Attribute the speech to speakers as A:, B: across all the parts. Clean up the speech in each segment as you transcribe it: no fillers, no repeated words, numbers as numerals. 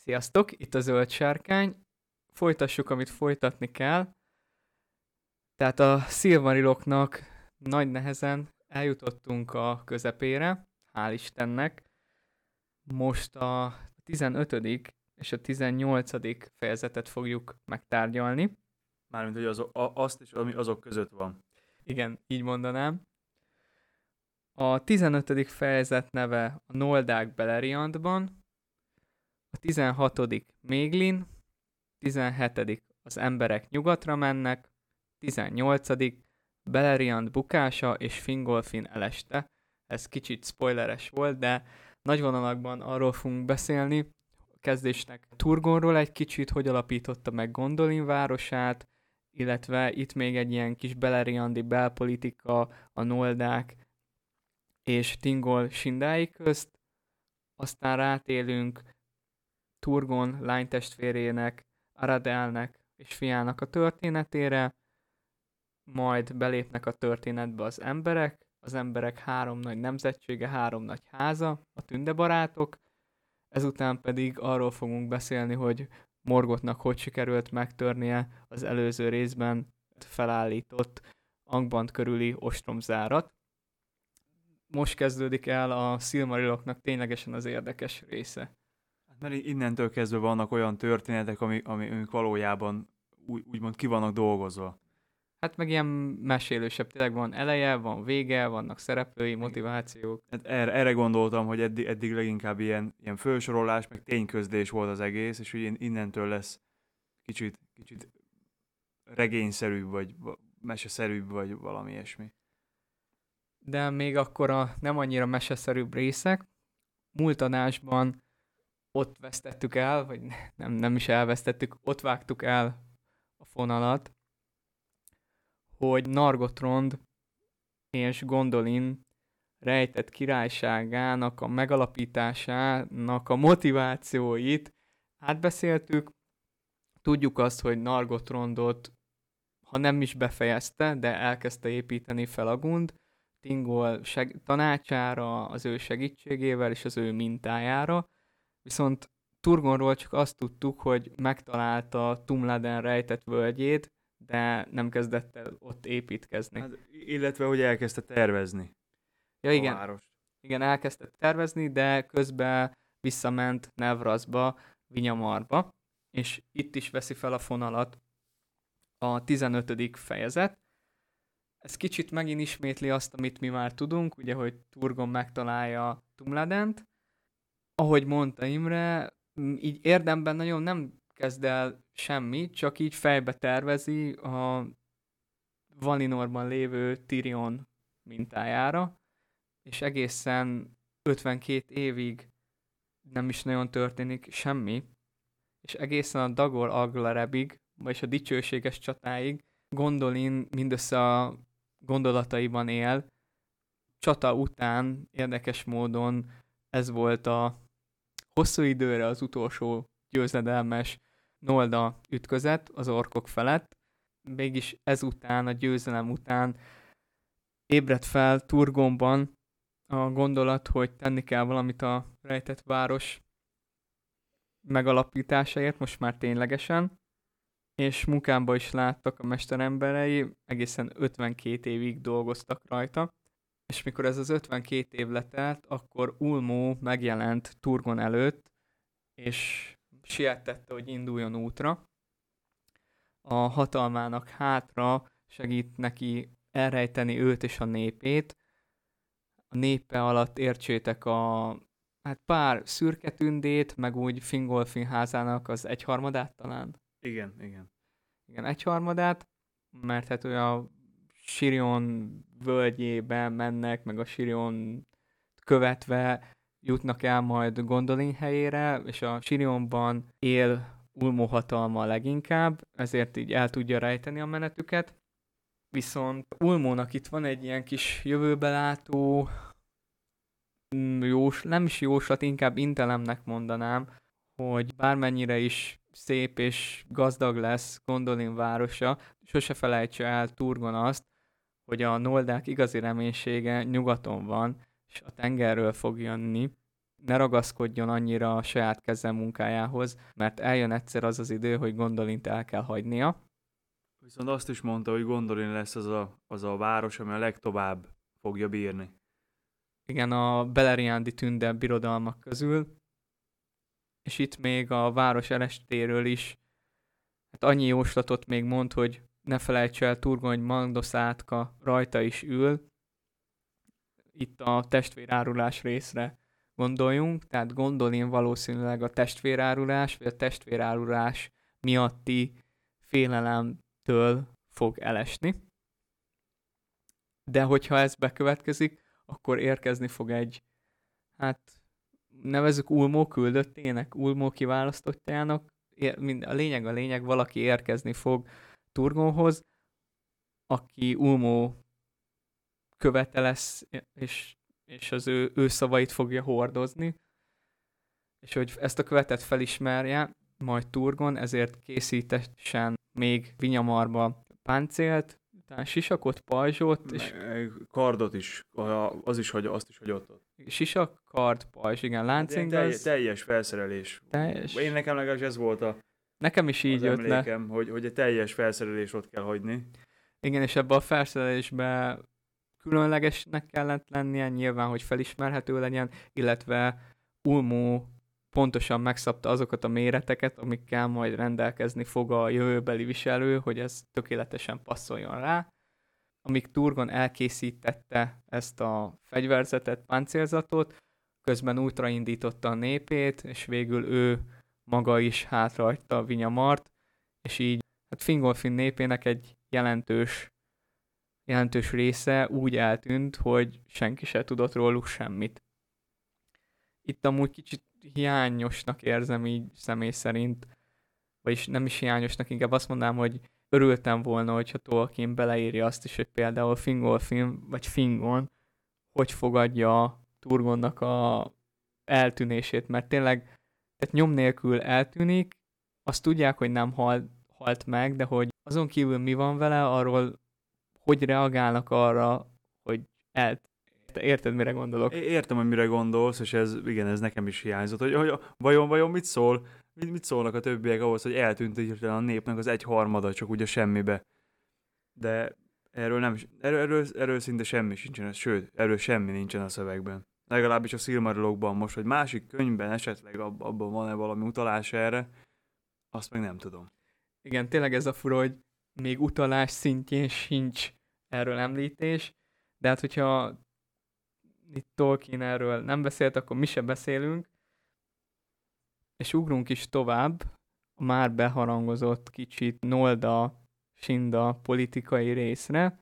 A: Sziasztok, itt a Zöld Sárkány. Folytassuk, amit folytatni kell. Tehát a Silmariloknak nagy nehezen eljutottunk a közepére, hál' Istennek. Most a 15. és a 18. fejezetet fogjuk megtárgyalni.
B: Mármint, hogy azt is, ami azok között van.
A: Igen, így mondanám. A 15. fejezet neve a Noldák Beleriandban, a 16. Méglin, 17. az emberek nyugatra mennek, 18. Beleriand bukása és Fingolfin eleste. Ez kicsit spoileres volt, de nagy vonalakban arról fogunk beszélni, a kezdésnek Turgonról egy kicsit, hogy alapította meg Gondolin városát, illetve itt még egy ilyen kis beleriandi belpolitika a Noldák és Tingol Sindái közt, aztán rátélünk Turgon lánytestvérének, Aradelnek és fiának a történetére, majd belépnek a történetbe az emberek 3 nagy nemzetsége, 3 nagy háza, a tündebarátok, ezután pedig arról fogunk beszélni, hogy Morgothnak hogy sikerült megtörnie az előző részben felállított Angband körüli ostromzárat. Most kezdődik el a Silmariloknak ténylegesen az érdekes része.
B: Mert innentől kezdve vannak olyan történetek, amik valójában úgymond ki vannak dolgozva.
A: Hát meg ilyen mesélősebb, tényleg van eleje, van vége, vannak szereplői, motivációk.
B: Hát erre gondoltam, hogy eddig leginkább ilyen felsorolás, meg tényközlés volt az egész, és hogy innentől lesz kicsit regényszerűbb, vagy meseszerűbb, vagy valami ilyesmi.
A: De még akkor a nem annyira meseszerűbb részek. Múlt adásban ott vesztettük el, vagy nem is elvesztettük, ott vágtuk el a fonalat, hogy Nargothrond és Gondolin rejtett királyságának a megalapításának a motivációit átbeszéltük. Tudjuk azt, hogy Nargothrondot, ha nem is befejezte, de elkezdte építeni Felagund, Tingol tanácsára, az ő segítségével és az ő mintájára, viszont Turgonról csak azt tudtuk, hogy megtalálta Tumladen rejtett völgyét, de nem kezdett el ott építkezni.
B: Hát, illetve, hogy elkezdte tervezni
A: Ja,
B: a várost.
A: Igen, elkezdte tervezni, de közben visszament Nevrazba, Vinyamarba, és itt is veszi fel a fonalat a 15. fejezet. Ez kicsit megint ismétli azt, amit mi már tudunk, ugye, hogy Turgon megtalálja Tumladent. Ahogy mondta Imre, így érdemben nagyon nem kezd el semmit, csak így fejbe tervezi a Valinorban lévő Tyrion mintájára, és egészen 52 évig nem is nagyon történik semmi, és egészen a Dagor Aglarebig, vagyis a dicsőséges csatáig Gondolin mindössze a gondolataiban él. Csata után érdekes módon ez volt a hosszú időre az utolsó győzedelmes Nolda ütközet az orkok felett. Mégis ezután, a győzelem után ébredt fel Turgonban a gondolat, hogy tenni kell valamit a rejtett város megalapításáért, most már ténylegesen, és munkámban is láttak a mesteremberei, egészen 52 évig dolgoztak rajta, és mikor ez az 52 év letelt, akkor Ulmo megjelent Turgon előtt, és sietette, hogy induljon útra. A hatalmának hátra segít neki elrejteni őt és a népét. A népe alatt értsétek pár szürke tündét, meg úgy Fingolfin házának az 1/3 talán.
B: Igen.
A: Igen, 1/3, mert hát olyan Sirion völgyébe mennek, meg a Sirion követve jutnak el majd Gondolin helyére, és a Sirionban él Ulmo hatalma leginkább, ezért így el tudja rejteni a menetüket. Viszont Ulmónak itt van egy ilyen kis jövőbelátó, nem is jóslat, inkább intelemnek mondanám, hogy bármennyire is szép és gazdag lesz Gondolin városa, sose felejtse el Turgon azt, hogy a Noldák igazi reménysége nyugaton van, és a tengerről fog jönni, ne ragaszkodjon annyira a saját keze munkájához, mert eljön egyszer az az idő, hogy Gondolint el kell hagynia.
B: Viszont azt is mondta, hogy Gondolin lesz az a város, ami a legtovább fogja bírni.
A: Igen, a Beleriandi tünde birodalmak közül, és itt még a város erestéről is hát annyi jóslatot még mond, hogy ne felejts el, Turgon, hogy Magdos Átka rajta is ül. Itt a testvérárulás részre gondoljunk, tehát Gondolin valószínűleg a testvérárulás, vagy a testvérárulás miatti félelemtől fog elesni. De hogyha ez bekövetkezik, akkor érkezni fog egy, hát nevezzük Ulmó küldöttének, Ulmó kiválasztottjának. A lényeg, valaki érkezni fog Turgonhoz, aki Ulmó követe lesz, és az ő szavait fogja hordozni, és hogy ezt a követet felismerje, majd Turgon, ezért készítessen még Vinyamarba páncélt, utána sisakot, pajzsot, és
B: kardot is, azt is hagyott ott.
A: sisak, kard, pajzs, igen, láncingaz.
B: Teljes felszerelés. Én nekem legalábbis ez volt
A: nekem is így jött
B: emlékem, hogy a teljes felszerelés ott kell hagyni.
A: Igen, és ebbe a felszerelésbe különlegesnek kellett lennie, nyilván, hogy felismerhető legyen, illetve Ulmó pontosan megszabta azokat a méreteket, amikkel majd rendelkezni fog a jövőbeli viselő, hogy ez tökéletesen passzoljon rá. Amíg Turgon elkészítette ezt a fegyverzetet, páncélzatot, közben útra indította a népét, és végül ő maga is hátrahagyta a Vinyamart, és így hát Fingolfin népének egy jelentős része úgy eltűnt, hogy senki se tudott róluk semmit. Itt amúgy kicsit hiányosnak érzem így személy szerint, vagyis nem is hiányosnak, inkább azt mondanám, hogy örültem volna, hogyha Tolkien beleírja azt is, hogy például Fingolfin vagy Fingon hogy fogadja Turgonnak a eltűnését, mert tényleg tehát nyom nélkül eltűnik, azt tudják, hogy nem halt meg, de hogy azon kívül mi van vele, arról hogy reagálnak arra, hogy érted, mire gondolok?
B: Értem, hogy mire gondolsz, és ez nekem is hiányzott, hogy vajon mit szól? Mit szólnak a többiek ahhoz, hogy eltűnt hirtelen a népnek az 1/3 csak úgy a semmibe. De erről szinte semmi sincsen, sőt, erről semmi nincsen a szövegben. Legalábbis a Silmarillokban most, hogy másik könyvben esetleg abban van-e valami utalás erre, azt meg nem tudom.
A: Igen, tényleg ez a fura, hogy még utalás szintjén sincs erről említés, de hát hogyha itt Tolkien erről nem beszélt, akkor mi se beszélünk, és ugrunk is tovább a már beharangozott kicsit Nolda-Sinda politikai részre,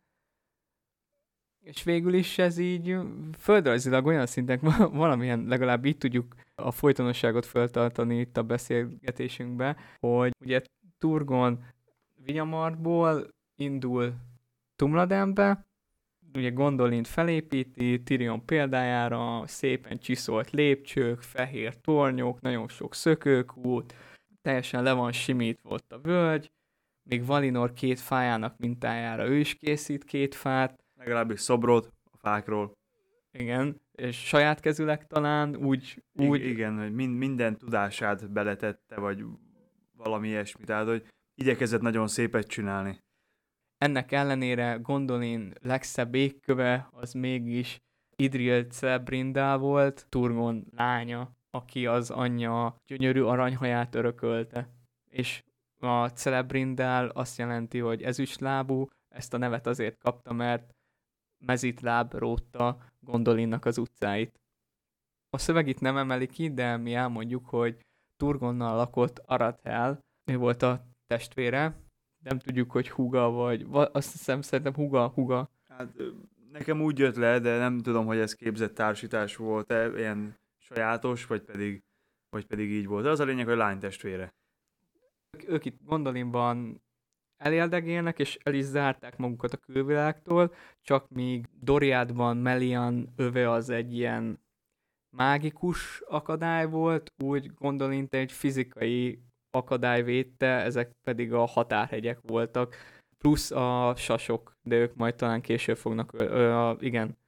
A: és végül is ez így földrajzilag olyan szinten valamilyen, legalább így tudjuk a folytonosságot föltartani itt a beszélgetésünkbe, hogy ugye Turgon Vinyamarból indul Tumladenbe, ugye Gondolint felépíti, Tirion példájára szépen csiszolt lépcsők, fehér tornyok, nagyon sok szökőkút, teljesen le van simítva ott a völgy, még Valinor 2 fájának mintájára ő is készít 2 fát.
B: Legalábbis szobrot a fákról.
A: Igen, és saját kezűleg talán úgy...
B: Igen, hogy minden tudását beletette, vagy valami ilyesmi, tehát hogy igyekezett nagyon szépet csinálni.
A: Ennek ellenére Gondolin legszebb égköve az mégis Idril Celebrindál volt, Turgon lánya, aki az anyja gyönyörű aranyhaját örökölte. És a Celebrindál azt jelenti, hogy ezüstlábú, ezt a nevet azért kapta, mert mezitláb rótta Gondolinnak az utcáit. A szöveg itt nem emeli ki, de mi elmondjuk, hogy Turgonnal lakott Arathel, ő volt a testvére, nem tudjuk, hogy húga vagy, azt hiszem, szerintem húga.
B: Hát nekem úgy jött le, de nem tudom, hogy ez képzett társítás volt-e, ilyen sajátos, vagy pedig így volt. De az a lényeg, hogy lánytestvére.
A: Ők itt Gondolinban eléldegélnek, és el is zárták magukat a külvilágtól, csak míg Doriádban Melian öve az egy ilyen mágikus akadály volt, úgy Gondolint egy fizikai akadály védte, ezek pedig a határhegyek voltak, plusz a sasok, de ők majd talán később fognak,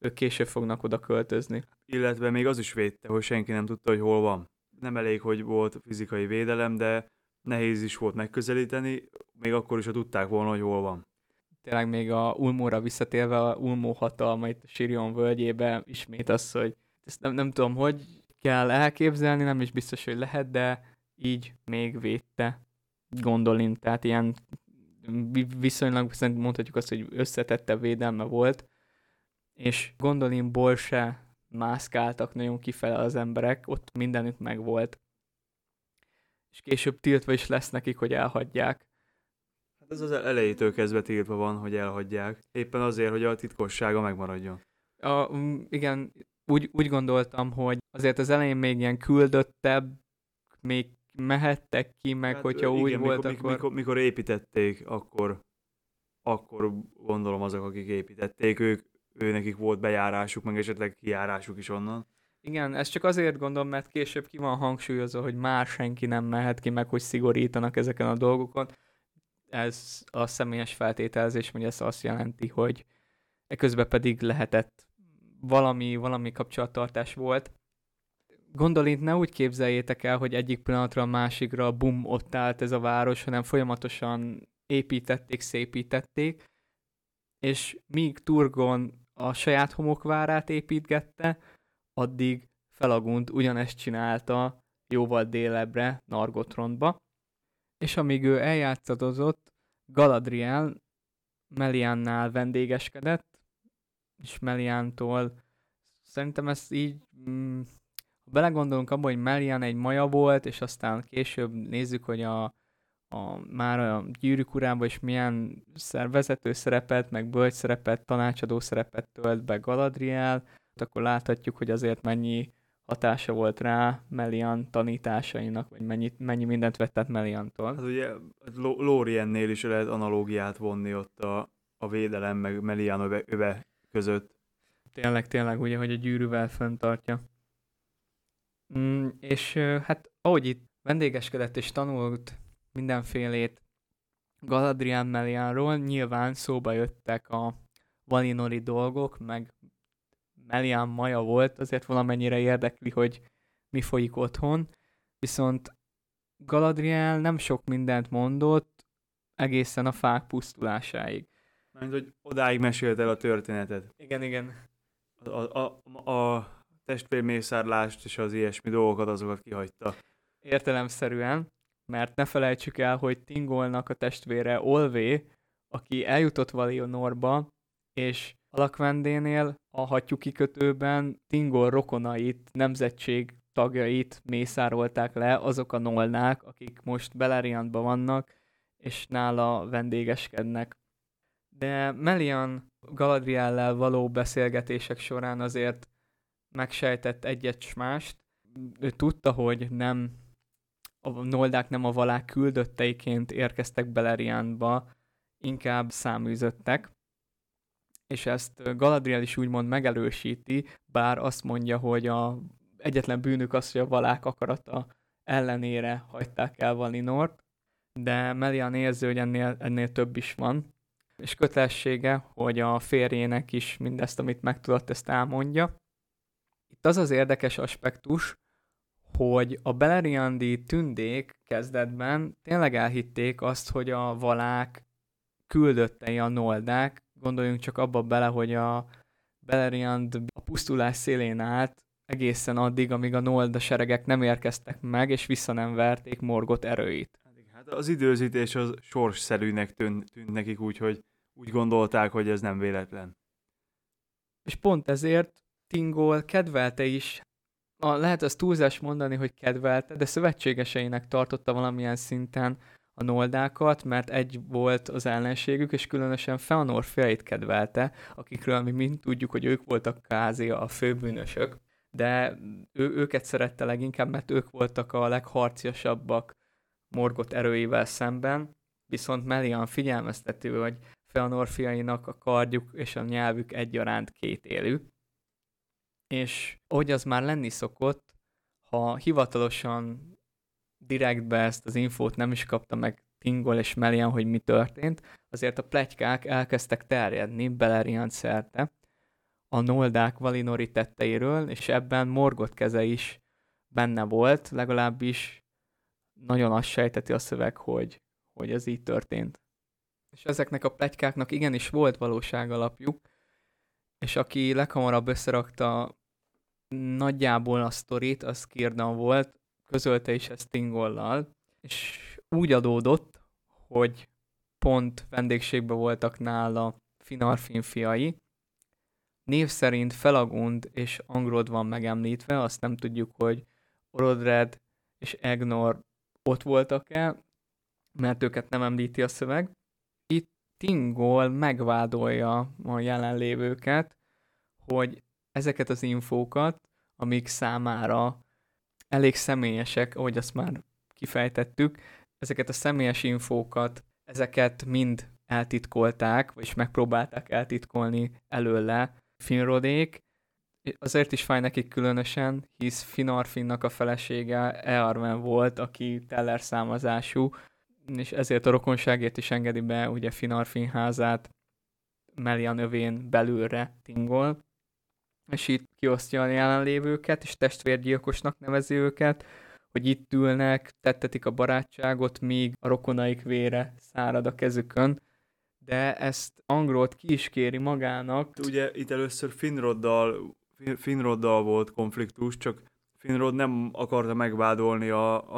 A: ők később fognak oda költözni.
B: Illetve még az is védte, hogy senki nem tudta, hogy hol van. Nem elég, hogy volt fizikai védelem, de nehéz is volt megközelíteni, még akkor is, ha tudták volna, hogy hol van.
A: Tényleg még a Ulmóra visszatérve, a Ulmó hatalma itt a Sirion völgyébe ismét az, hogy ezt nem tudom, hogy kell elképzelni, nem is biztos, hogy lehet, de így még védte Gondolin, tehát ilyen viszonylag mondhatjuk azt, hogy összetette védelme volt, és Gondolinból se mászkáltak nagyon kifele az emberek, ott mindenük megvolt. És később tiltva is lesz nekik, hogy elhagyják.
B: Hát ez az elejétől kezdve tiltva van, hogy elhagyják. Éppen azért, hogy a titkossága megmaradjon.
A: Igen, úgy gondoltam, hogy azért az elején még ilyen küldöttebb, még mehettek ki, meg hát, hogyha igen, úgy volt, akkor...
B: Mikor építették, akkor gondolom azok, akik építették, nekik volt bejárásuk, meg esetleg kijárásuk is onnan.
A: Igen, ezt csak azért gondolom, mert később ki van hangsúlyozva, hogy már senki nem mehet ki, meg hogy szigorítanak ezeken a dolgokon. Ez a személyes feltételezés, hogy ez azt jelenti, hogy eközben pedig lehetett valami kapcsolattartás volt. Gondolint ne úgy képzeljétek el, hogy egyik pillanatra a másikra bum, ott állt ez a város, hanem folyamatosan építették, szépítették, és míg Turgon a saját homokvárát építgette, addig Felagunt ugyanezt csinálta jóval délebbre, Nargothrondba, és amíg ő eljátszadozott, Galadriel Meliannál vendégeskedett, és Meliantól szerintem ezt így, ha belegondolunk abba, hogy Melian egy maja volt, és aztán később nézzük, hogy már a Gyűrűk urában is milyen vezető szerepet, meg bölcs szerepet, tanácsadó szerepet tölt be Galadriel, akkor láthatjuk, hogy azért mennyi hatása volt rá Melian tanításainak, vagy mennyi mindent vett át Meliantól.
B: Hát ugye Lóriennél is lehet analógiát vonni ott a védelem, meg Melian öve között.
A: Tényleg, ugye, hogy a gyűrűvel fenntartja. És hát ahogy itt vendégeskedett és tanult mindenfélét Galadriel Melianról, nyilván szóba jöttek a valinori dolgok, meg Melian maja volt, azért valamennyire érdekli, hogy mi folyik otthon, viszont Galadriel nem sok mindent mondott egészen a fák pusztulásáig.
B: Mert hogy odáig mesélt el a történetet.
A: Igen.
B: A testvérmészárlást és az ilyesmi dolgokat, azokat kihagyta.
A: Értelemszerűen, mert ne felejtsük el, hogy Tingolnak a testvére Olvé, aki eljutott Valionorba, és Alakvendénél a hattyú kikötőben Tingol rokonait, nemzetség tagjait mészárolták le, azok a Nolnák, akik most Beleriandban vannak, és nála vendégeskednek. De Melian Galadriellel való beszélgetések során azért megsejtett egyet mást. Ő tudta, hogy a Noldák nem a valák küldötteiként érkeztek Beleriandba, inkább száműzöttek, és ezt Galadriel is úgymond megelősíti, bár azt mondja, hogy egyetlen bűnük az, hogy a valák akarata ellenére hagyták el Valinort, de Melian érzi, hogy ennél több is van, és kötelessége, hogy a férjének is mindezt, amit megtudott, ezt elmondja. Itt az érdekes aspektus, hogy a beleriandi tündék kezdetben tényleg elhitték azt, hogy a valák küldöttei a Noldák. Gondoljunk csak abba bele, hogy a Beleriand a pusztulás szélén állt egészen addig, amíg a Nolda seregek nem érkeztek meg, és vissza nem verték Morgoth erőit.
B: Hát az időzítés az sorsszerűnek tűnt nekik, úgyhogy úgy gondolták, hogy ez nem véletlen.
A: És pont ezért Tingol kedvelte is, lehet az túlzás mondani, hogy kedvelte, de szövetségeseinek tartotta valamilyen szinten a Noldákat, mert egy volt az ellenségük, és különösen Feanor fiait kedvelte, akikről mi mind tudjuk, hogy ők voltak kvázi a főbűnösök, de őket szerette leginkább, mert ők voltak a legharciasabbak Morgoth erőivel szemben, viszont Melian figyelmeztető, hogy Feanor fiainak a kardjuk és a nyelvük egyaránt kétélű, és ahogy az már lenni szokott, ha hivatalosan direktbe ezt az infót nem is kapta meg Tingol és Melian, hogy mi történt, azért a pletykák elkezdtek terjedni Beleriand szerte, a noldák Valinori tetteiről, és ebben Morgoth keze is benne volt, legalábbis nagyon azt sejteti a szöveg, hogy ez így történt. És ezeknek a pletykáknak igenis volt valóságalapjuk, és aki leghamarabb összerakta nagyjából a sztorit, az Círdan volt, közölte is ezt Tingollal, és úgy adódott, hogy pont vendégségben voltak nála Finarfin fiai. Név szerint Felagund és Angrod van megemlítve, azt nem tudjuk, hogy Orodred és Egnor ott voltak-e, mert őket nem említi a szöveg. Itt Thingol megvádolja a jelenlévőket, hogy ezeket az infókat, amik számára elég személyesek, ahogy azt már kifejtettük, ezeket a személyes infókat, ezeket mind eltitkolták, vagyis megpróbálták eltitkolni előle Finrodék. Azért is fáj nekik különösen, hisz Finarfinnak a felesége Earwen volt, aki Teller származású, és ezért a rokonságért is engedi be ugye Finarfin házát Melian övén belülre Thingol, és itt kiosztja a jelenlévőket, és testvérgyilkosnak nevezi őket, hogy itt ülnek, tettetik a barátságot, míg a rokonaik vére szárad a kezükön, de ezt Angrod ki is kéri magának.
B: Ugye itt először Finroddal volt konfliktus, csak Finrod nem akarta megvádolni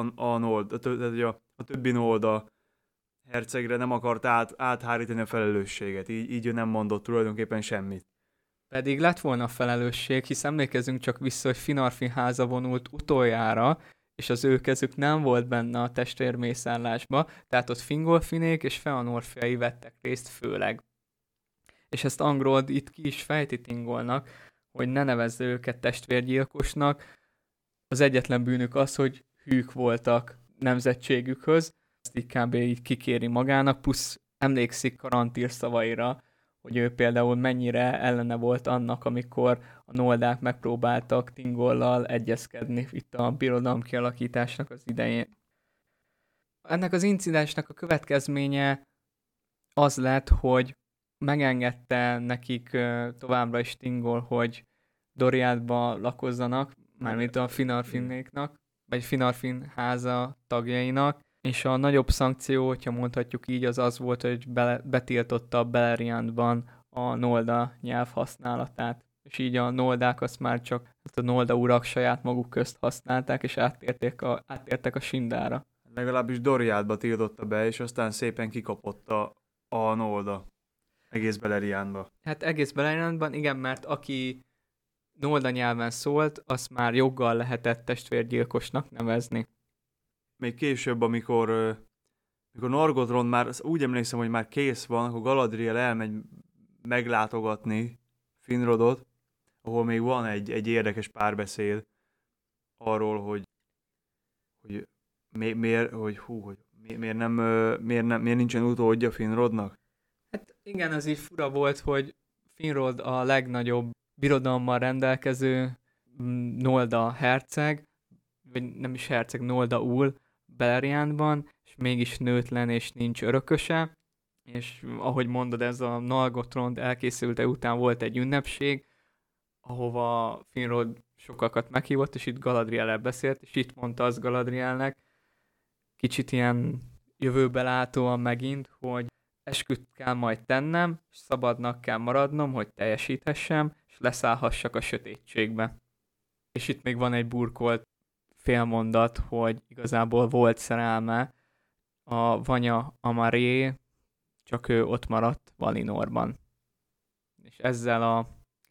B: a többi Nolda hercegre, nem akart áthárítani a felelősséget, így ő nem mondott tulajdonképpen semmit.
A: Pedig lett volna felelősség, hisz emlékezzünk csak vissza, hogy Finarfin háza vonult utoljára, és az ő kezük nem volt benne a testvérmészárlásba, tehát ott Fingolfinék és Feanor fiai vettek részt főleg. És ezt Angrod itt ki is fejti Thingolnak, hogy ne nevezze őket testvérgyilkosnak. Az egyetlen bűnük az, hogy hűk voltak nemzetségükhöz, ezt így kb. Így kikéri magának, plusz emlékszik Karantír szavaira, hogy ő például mennyire ellene volt annak, amikor a noldák megpróbáltak Tingollal egyezkedni itt a birodalom kialakításnak az idején. Ennek az incidensnek a következménye az lett, hogy megengedte nekik továbbra is Thingol, hogy Doriathba lakozzanak, mármint a Finarfinnéknak, vagy Finarfin háza tagjainak, és a nagyobb szankció, hogyha mondhatjuk így, az volt, hogy betiltotta Beleriandban a Nolda nyelv használatát. És így a Noldák azt már csak a Nolda urak saját maguk közt használták, és áttértek a Sindára.
B: Legalábbis Doriathba tiltotta be, és aztán szépen kikapott a Nolda. Egész Beleriandba.
A: Hát egész Beleriandban, igen, mert aki Nolda nyelven szólt, azt már joggal lehetett testvérgyilkosnak nevezni.
B: Még később, amikor Nargothrond már, úgy emlékszem, hogy már kész van, akkor Galadriel elmegy meglátogatni Finrodot, ahol még van egy érdekes párbeszéd arról, hogy miért nincsen utódja Finrodnak.
A: Hát igen, az így fura volt, hogy Finrod a legnagyobb birodalommal rendelkező Nolda herceg, vagy nem is herceg, Nolda úr Beleriandban, és mégis nőtlen és nincs örököse, és ahogy mondod, ez a Nargothrond elkészülte után volt egy ünnepség, ahova Finrod sokakat meghívott, és itt Galadriellel beszélt, és itt mondta az Galadrielnek, kicsit ilyen jövőbe látóan megint, hogy esküt kell majd tennem, és szabadnak kell maradnom, hogy teljesíthessem, és leszállhassak a sötétségbe. És itt még van egy burkolt félmondat, hogy igazából volt szerelme a Vanya Amaré, csak ő ott maradt Valinorban. És ezzel a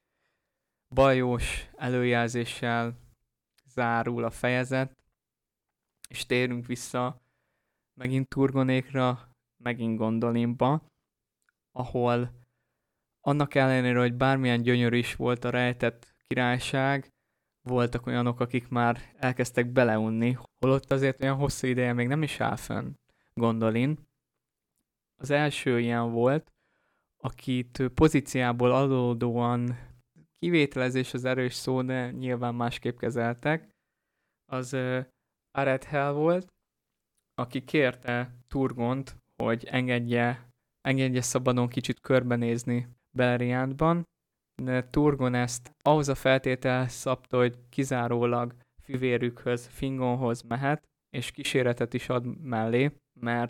A: bajós előjelzéssel zárul a fejezet, és térünk vissza megint Turgonékra, megint Gondolinba, ahol annak ellenére, hogy bármilyen gyönyörű is volt a rejtett királyság, voltak olyanok, akik már elkezdtek beleunni, holott azért olyan hosszú ideje még nem is áll fönn Gondolin. Az első ilyen volt, akit pozíciából adódóan, kivételezés az erős szó, de nyilván másképp kezeltek, az Arethel volt, aki kérte Turgont, hogy engedje szabadon kicsit körbenézni Beleriandban, De Turgon ezt ahhoz a feltétel szabta, hogy kizárólag fivérükhöz, Fingonhoz mehet, és kíséretet is ad mellé, mert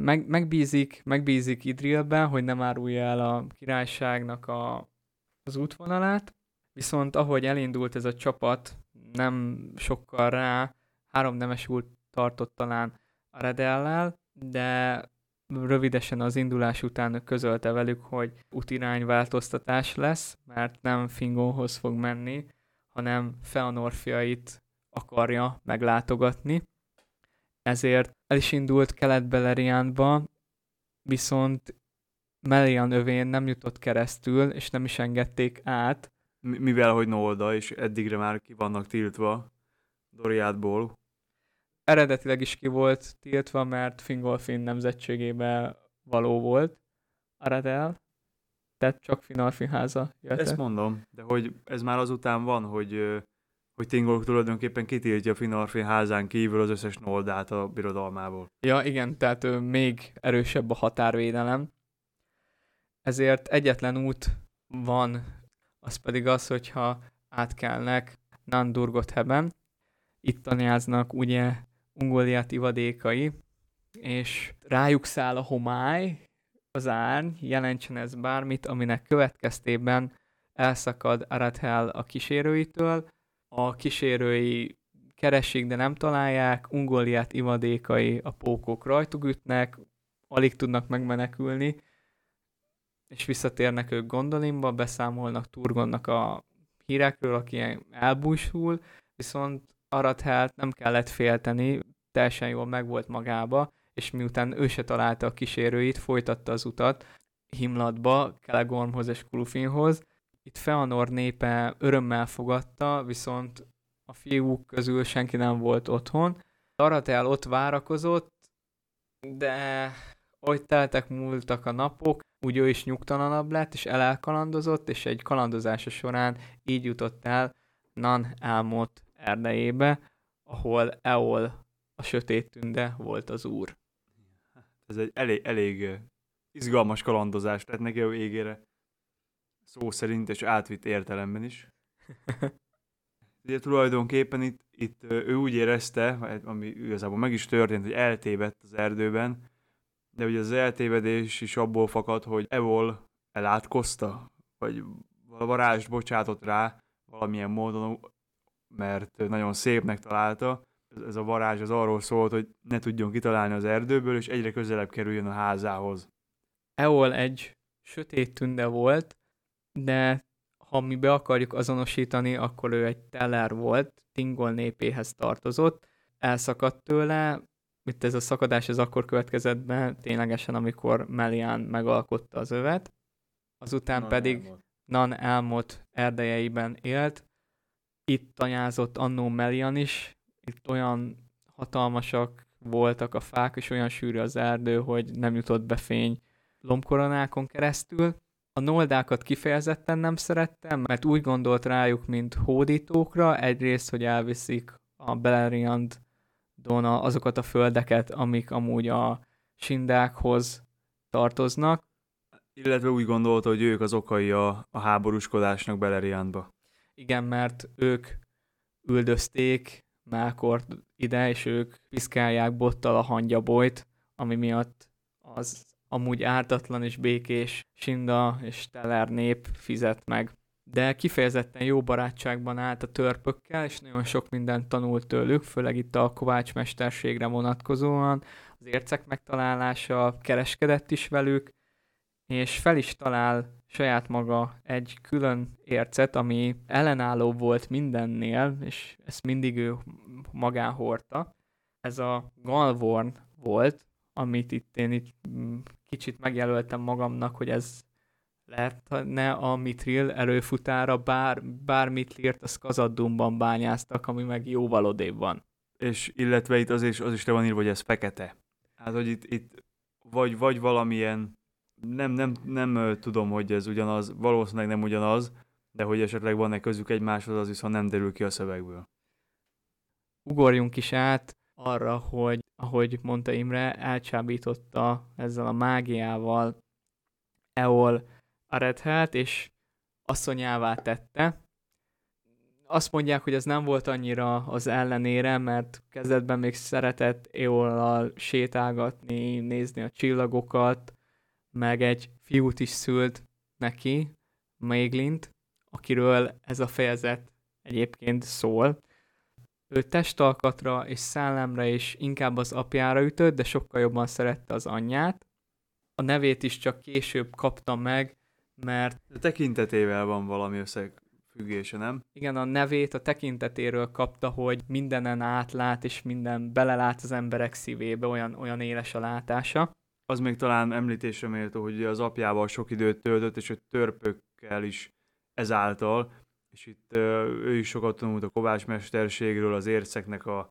A: megbízik Idrilben, hogy nem árulja el a királyságnak az útvonalát, viszont ahogy elindult ez a csapat, nem sokkal rá 3 nemes út tartott talán Aredellel, de rövidesen az indulás után közölte velük, hogy útirányváltoztatás lesz, mert nem Fingonhoz fog menni, hanem Feanor fiait akarja meglátogatni. Ezért el is indult Kelet-Beleriandba, viszont Melian övén nem jutott keresztül, és nem is engedték át.
B: Mivel, hogy Nolda, és eddigre már ki vannak tiltva Doriathból.
A: Eredetileg is ki volt tiltva, mert Fingolfin nemzetségébe való volt Aredel, tehát csak Finarfin háza jöhetett.
B: Ezt mondom, de hogy ez már azután van, hogy Thingol tulajdonképpen kitiltja Finarfin házán kívül az összes Noldát a birodalmából.
A: Ja, igen, tehát még erősebb a határvédelem. Ezért egyetlen út van, az pedig az, hogyha átkelnek Nandurgotheben. Itt tanyáznak ugye Ungoliath ivadékai, és rájuk száll a homály, az árny, jelentsen ez bármit, aminek következtében elszakad Aradhel a kísérőitől, a kísérői keresik, de nem találják, Ungoliath ivadékai, a pókok rajtuk ütnek, alig tudnak megmenekülni, és visszatérnek ők Gondolinba, beszámolnak Turgonnak a hírekről, aki elbúsul, viszont Aradhelt nem kellett félteni, teljesen jól megvolt magába, és miután ő se találta a kísérőit, folytatta az utat Himladba, Celegormhoz és Culufinhoz. Itt Feanor népe örömmel fogadta, viszont a fiúk közül senki nem volt otthon. Aradhel ott várakozott, de ahogy múltak a napok, úgy ő is nyugtalanabb lett, és elkalandozott, és egy kalandozása során így jutott el Nan Elmot erdejébe, ahol Eol, a sötét tünde volt az úr.
B: Ez egy elég izgalmas kalandozás lett neki a végére. Szó szerint és átvitt értelemben is. Ugye tulajdonképpen itt ő úgy érezte, ami igazából meg is történt, hogy eltévedt az erdőben, de ugye az eltévedés is abból fakad, hogy Eol elátkozta, vagy varázst bocsátott rá valamilyen módon, mert nagyon szépnek találta. Ez a varázs az arról szólt, hogy ne tudjon kitalálni az erdőből, és egyre közelebb kerüljön a házához.
A: Eol egy sötét tünde volt, de ha mi be akarjuk azonosítani, akkor ő egy teller volt, Thingol népéhez tartozott, elszakadt tőle. Itt ez a szakadás ez akkor következett be, ténylegesen, amikor Melian megalkotta az övet. Azután pedig Nan Elmot erdejeiben élt. Itt tanyázott annó Melian is. Itt olyan hatalmasak voltak a fák, és olyan sűrű az erdő, hogy nem jutott be fény lombkoronákon keresztül. A noldákat kifejezetten nem szerettem, mert úgy gondolt rájuk, mint hódítókra. Egyrészt, hogy elviszik a Beleriand azokat a földeket, amik amúgy a sindákhoz tartoznak.
B: Illetve úgy gondolta, hogy ők az okai a háborúskodásnak Beleriandba.
A: Igen, mert ők üldözték Melkort ide, és ők piszkálják bottal a hangyabolyt, ami miatt az amúgy ártatlan és békés Sinda és Teller nép fizet meg. De kifejezetten jó barátságban állt a törpökkel, és nagyon sok mindent tanult tőlük, főleg itt a kovácsmesterségre vonatkozóan, az ércek megtalálása, kereskedett is velük, és fel is talál saját maga egy külön ércet, ami ellenálló volt mindennél, és ezt mindig ő magán hordta. Ez a Galvorn volt, amit én kicsit megjelöltem magamnak, hogy ez lehetne a Mithril erőfutára, bár Mithril-t a Skazad-dûmban bányáztak, ami meg jóval odébb van.
B: És illetve itt az is le van írva, hogy ez fekete. Hát, hogy itt vagy valamilyen, nem tudom, hogy ez ugyanaz, valószínűleg nem ugyanaz, de hogy esetleg van-e közük egymáshoz, az viszont nem derül ki a szövegből.
A: Ugorjunk is át arra, hogy ahogy mondta Imre, elcsábította ezzel a mágiával Eol Aredhelt, és asszonyává tette. Azt mondják, hogy ez nem volt annyira az ellenére, mert kezdetben még szeretett Eollal sétálgatni, nézni a csillagokat, meg egy fiút is szült neki, Maeglint, akiről ez a fejezet egyébként szól. Ő testalkatra és szellemre is inkább az apjára ütött, de sokkal jobban szerette az anyját. A nevét is csak később kapta meg, mert...
B: A tekintetével van valami összefüggése, nem?
A: Igen, a nevét a tekintetéről kapta, hogy mindenen átlát, és minden belelát az emberek szívébe, olyan éles a látása.
B: Az még talán említésre méltó, hogy az apjával sok időt töltött, és hogy törpökkel is ezáltal, és itt ő is sokat tanult a kovácsmesterségről, az érceknek a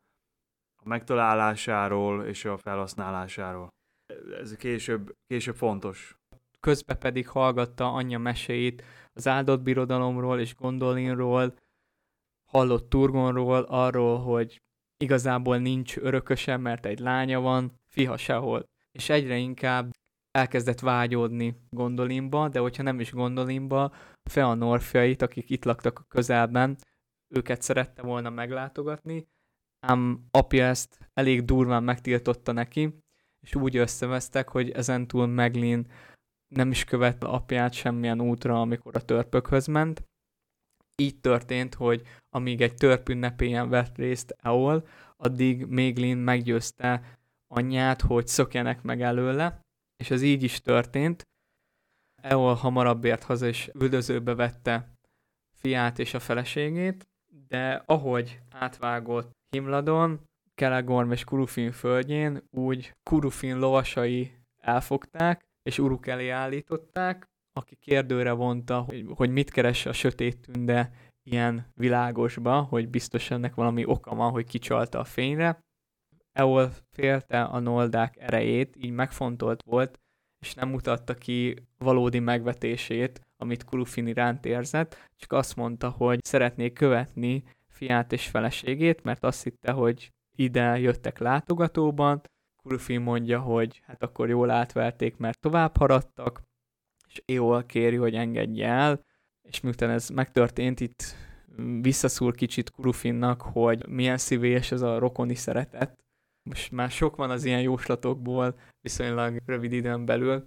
B: megtalálásáról és a felhasználásáról. Ez később fontos.
A: Közben pedig hallgatta anyja meséit az áldott birodalomról és Gondolinról, hallott Turgonról, arról, hogy igazából nincs örököse, mert egy lánya van, fiha sehol. És egyre inkább elkezdett vágyódni Gondolinba, de hogyha nem is Gondolinba, Feanorfiait, akik itt laktak a közelben, őket szerette volna meglátogatni, ám apja ezt elég durván megtiltotta neki, és úgy összevesztek, hogy ezentúl Maeglin nem is követte apját semmilyen útra, amikor a törpökhöz ment. Így történt, hogy amíg egy törp ünnepélyen vett részt Eoll, addig Maeglin meggyőzte anyját, hogy szökjenek meg előle, és ez így is történt. Eoll hamarabb ért haza, és üldözőbe vette fiát és a feleségét, de ahogy átvágott Himladon, Celegorm és Curufin földjén, úgy Curufin lovasai elfogták, és Uruk elé állították, aki kérdőre vonta, hogy mit keres a sötét tünde ilyen világosba, hogy biztos ennek valami oka van, hogy kicsalta a fényre. Eoll félte a noldák erejét, így megfontolt volt, és nem mutatta ki valódi megvetését, amit Curufin iránt érzett, csak azt mondta, hogy szeretné követni fiát és feleségét, mert azt hitte, hogy ide jöttek látogatóban. Curufin mondja, hogy hát akkor jól átverték, mert tovább haradtak, és Eoll kéri, hogy engedje el, és miután ez megtörtént, itt visszaszúr kicsit Curufinnak, hogy milyen szívélyes ez a rokoni szeretet. Most már sok van az ilyen jóslatokból viszonylag rövid időn belül,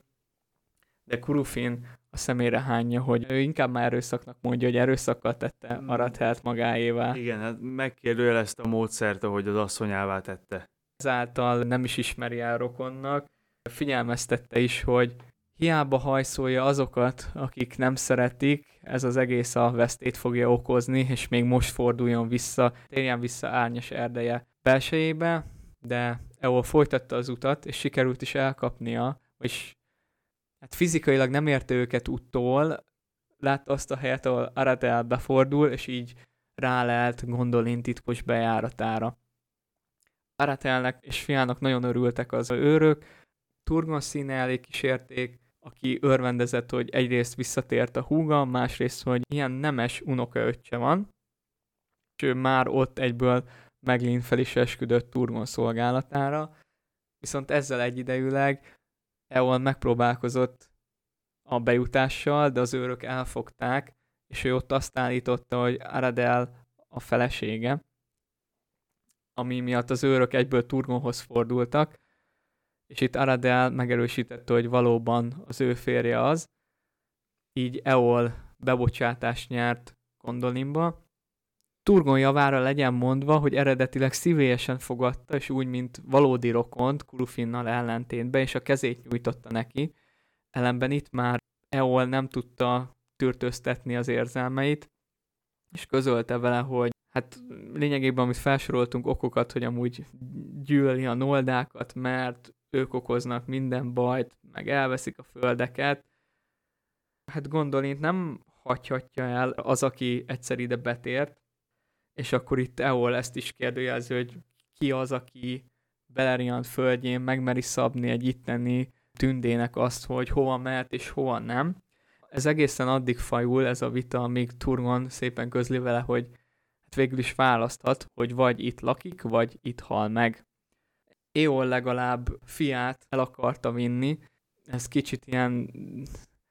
A: de Curufin a szemére hányja, hogy ő inkább már erőszaknak mondja, hogy erőszakkal tette Arathelt magáévá.
B: Igen, hát megkérdőjelezte a módszert, ahogy az asszonyává tette.
A: Ezáltal nem is ismeri el rokonnak. Figyelmeztette is, hogy hiába hajszolja azokat, akik nem szeretik, ez az egész a vesztét fogja okozni, és még most forduljon vissza, térjen vissza árnyas erdeje belsejébe, de Eoll folytatta az utat, és sikerült is elkapnia, és hát fizikailag nem érte őket úttól, látta azt a helyet, ahol Arathel befordul, és így rálelt Gondolin titkos bejáratára. Arathelnek és fiának nagyon örültek az őrök, Turgon színe elé kísérték, aki örvendezett, hogy egyrészt visszatért a húga, másrészt, hogy ilyen nemes unokaöccse van, és ő már ott egyből Maeglin fel is esküdött Turgon szolgálatára, viszont ezzel egyidejűleg Eoll megpróbálkozott a bejutással, de az őrök elfogták, és ő ott azt állította, hogy Arathel a felesége, ami miatt az őrök egyből Turgonhoz fordultak, és itt Arathel megerősítette, hogy valóban az ő férje az, így Eoll bebocsátást nyert Gondolinba. Turgon javára legyen mondva, hogy eredetileg szívélyesen fogadta, és úgy, mint valódi rokont, Curufinnal ellentétben, és a kezét nyújtotta neki. Ellenben itt már Eoll nem tudta tűrtőztetni az érzelmeit, és közölte vele, hogy hát lényegében, amit felsoroltunk okokat, hogy amúgy gyűlöli a noldákat, mert ők okoznak minden bajt, meg elveszik a földeket. Hát Gondolint nem hagyhatja el az, aki egyszer ide betért, és akkor itt Eoll ezt is kérdőjelzi, hogy ki az, aki Beleriand földjén megmeri szabni egy itteni tündének azt, hogy hova mehet és hova nem. Ez egészen addig fajul ez a vita, amíg Turgon szépen közli vele, hogy hát végül is választhat, hogy vagy itt lakik, vagy itt hal meg. Eoll legalább fiát el akarta vinni, ez kicsit ilyen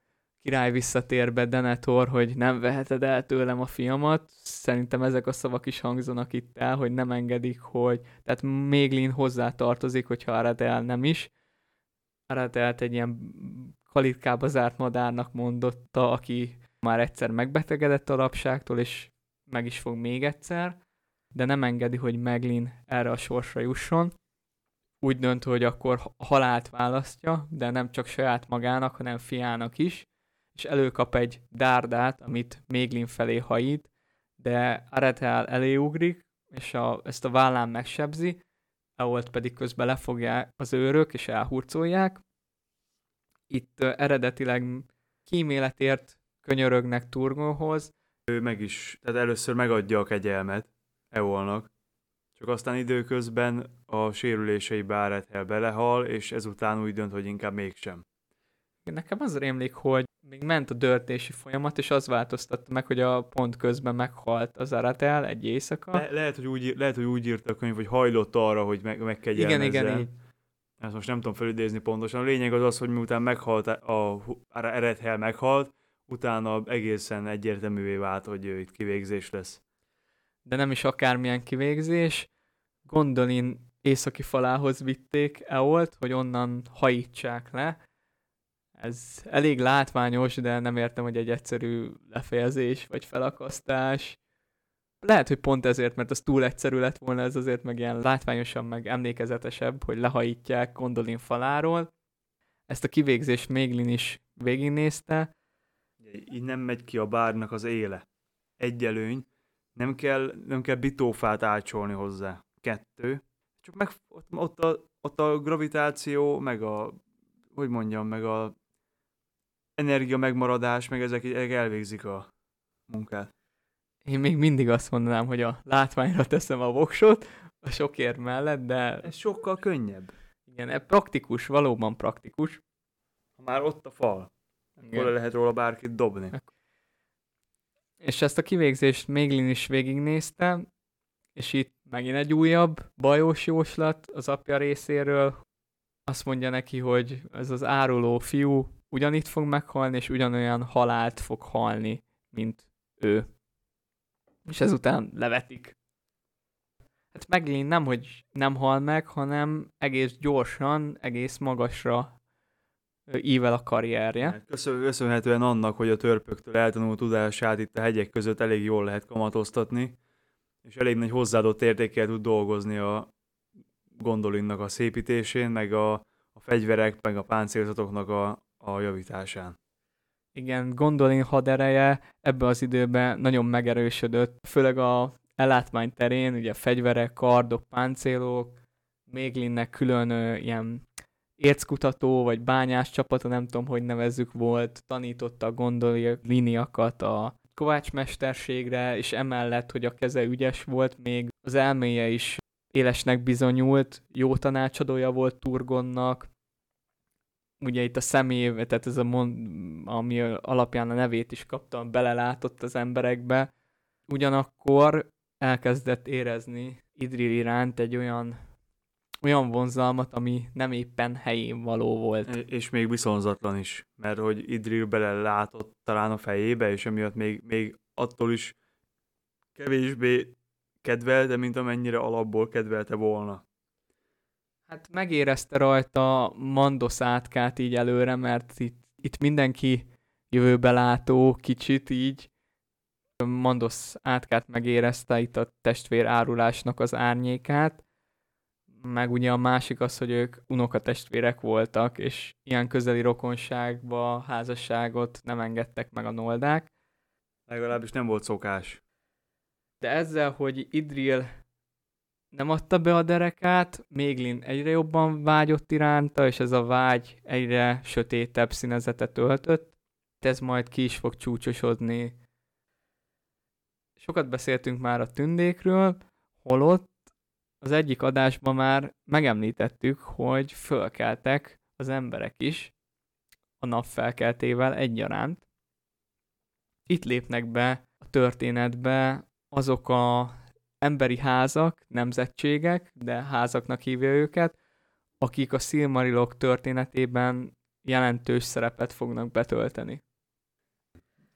A: király visszatér be, Denethor, hogy nem veheted el tőlem a fiamat. Szerintem ezek a szavak is hangzanak itt el, hogy nem engedik, hogy... Tehát Méglin hozzá tartozik, hogyha Aradel nem is. Aradelt egy ilyen kalitkába zárt madárnak mondotta, aki már egyszer megbetegedett a rabságtól, és meg is fog még egyszer, de nem engedi, hogy Meglin erre a sorsra jusson. Úgy dönt, hogy akkor halált választja, de nem csak saját magának, hanem fiának is, és előkap egy dárdát, amit Méglin felé hajít, de Aredhel elé ugrik, és ezt a vállán megsebzi, Eolt pedig közben lefogják az őrök, és elhurcolják. Itt eredetileg kíméletért könyörögnek Turgonhoz.
B: Ő tehát először megadja a kegyelmet Eolnak, csak aztán időközben a sérüléseibe Aredhel belehal, és ezután úgy dönt, hogy inkább mégsem.
A: Nekem az rémlik, hogy még ment a dörtési folyamat, és az változtatta meg, hogy a pont közben meghalt az Aredhel egy éjszaka.
B: Lehet, hogy úgy írta a könyv, hogy hajlott arra, hogy megkegyelmezze.
A: Igen, így.
B: Ezt most nem tudom felidézni pontosan. A lényeg az, hogy miután meghalt, Aredhel meghalt, utána egészen egyértelművé vált, hogy itt kivégzés lesz.
A: De nem is akármilyen kivégzés. Gondolin északi falához vitték Eolt, hogy onnan hajítsák le. Ez elég látványos, de nem értem, hogy egy egyszerű lefejezés vagy felakasztás. Lehet, hogy pont ezért, mert az túl egyszerű lett volna, ez azért meg ilyen látványosan, meg emlékezetesebb, hogy lehajítják Gondolin faláról. Ezt a kivégzést Méglin is végignézte.
B: Így nem megy ki a bárnak az éle. Egy előny, nem kell bitófát ácsolni hozzá. 2. Csak ott a gravitáció, meg a energia megmaradás, meg ezek elvégzik a munkát.
A: Én még mindig azt mondanám, hogy a látványra teszem a voksot, a sok érv mellett, de...
B: Ez sokkal könnyebb.
A: Igen, praktikus, valóban praktikus.
B: Ha már ott a fal, akkor lehet róla bárkit dobni.
A: És ezt a kivégzést Méglin is végignézte, és itt megint egy újabb bajós jóslat az apja részéről. Azt mondja neki, hogy ez az áruló fiú ugyanitt fog meghalni, és ugyanolyan halált fog halni, mint ő. És ezután levetik. Hát Meglin nem, hogy nem hal meg, hanem egész gyorsan, egész magasra ível a karrierje.
B: Köszönhetően annak, hogy a törpöktől eltanult tudását itt a hegyek között elég jól lehet kamatoztatni, és elég nagy hozzáadott értékkel tud dolgozni a Gondolinnak a szépítésén, meg a fegyverek, meg a páncélzatoknak a javításán.
A: Igen, Gondolin hadereje ebben az időben nagyon megerősödött, főleg a ellátmány terén, ugye fegyverek, kardok, páncélok, Méglinnek külön ilyen érckutató vagy bányás csapata, nem tudom, hogy nevezzük, volt, tanította a gondoliniakat a kovácsmesterségre, és emellett, hogy a keze ügyes volt, még az elméje is élesnek bizonyult, jó tanácsadója volt Turgonnak, ugye itt a személy, tehát ez ami alapján a nevét is kapta, belelátott az emberekbe, ugyanakkor elkezdett érezni Idril iránt egy olyan vonzalmat, ami nem éppen helyén való volt.
B: És még viszonzatlan is, mert hogy Idril belelátott talán a fejébe, és emiatt még attól is kevésbé kedvelte, mint amennyire alapból kedvelte volna.
A: Hát megérezte rajta Mandos átkát így előre, mert itt mindenki jövőbe látó kicsit így. Mandos átkát megérezte, itt a testvér árulásnak az árnyékát. Meg ugye a másik az, hogy ők unokatestvérek voltak, és ilyen közeli rokonságba, házasságot nem engedtek meg a noldák.
B: Legalábbis nem volt szokás.
A: De ezzel, hogy Idril nem adta be a derekát, Méglin egyre jobban vágyott iránta, és ez a vágy egyre sötétebb színezetet öltött. Ez majd ki is fog csúcsosodni. Sokat beszéltünk már a tündékről, holott az egyik adásban már megemlítettük, hogy fölkeltek az emberek is a napfelkeltével egyaránt. Itt lépnek be a történetbe azok a emberi házak, nemzetségek, de házaknak hívja őket, akik a Silmarilok történetében jelentős szerepet fognak betölteni.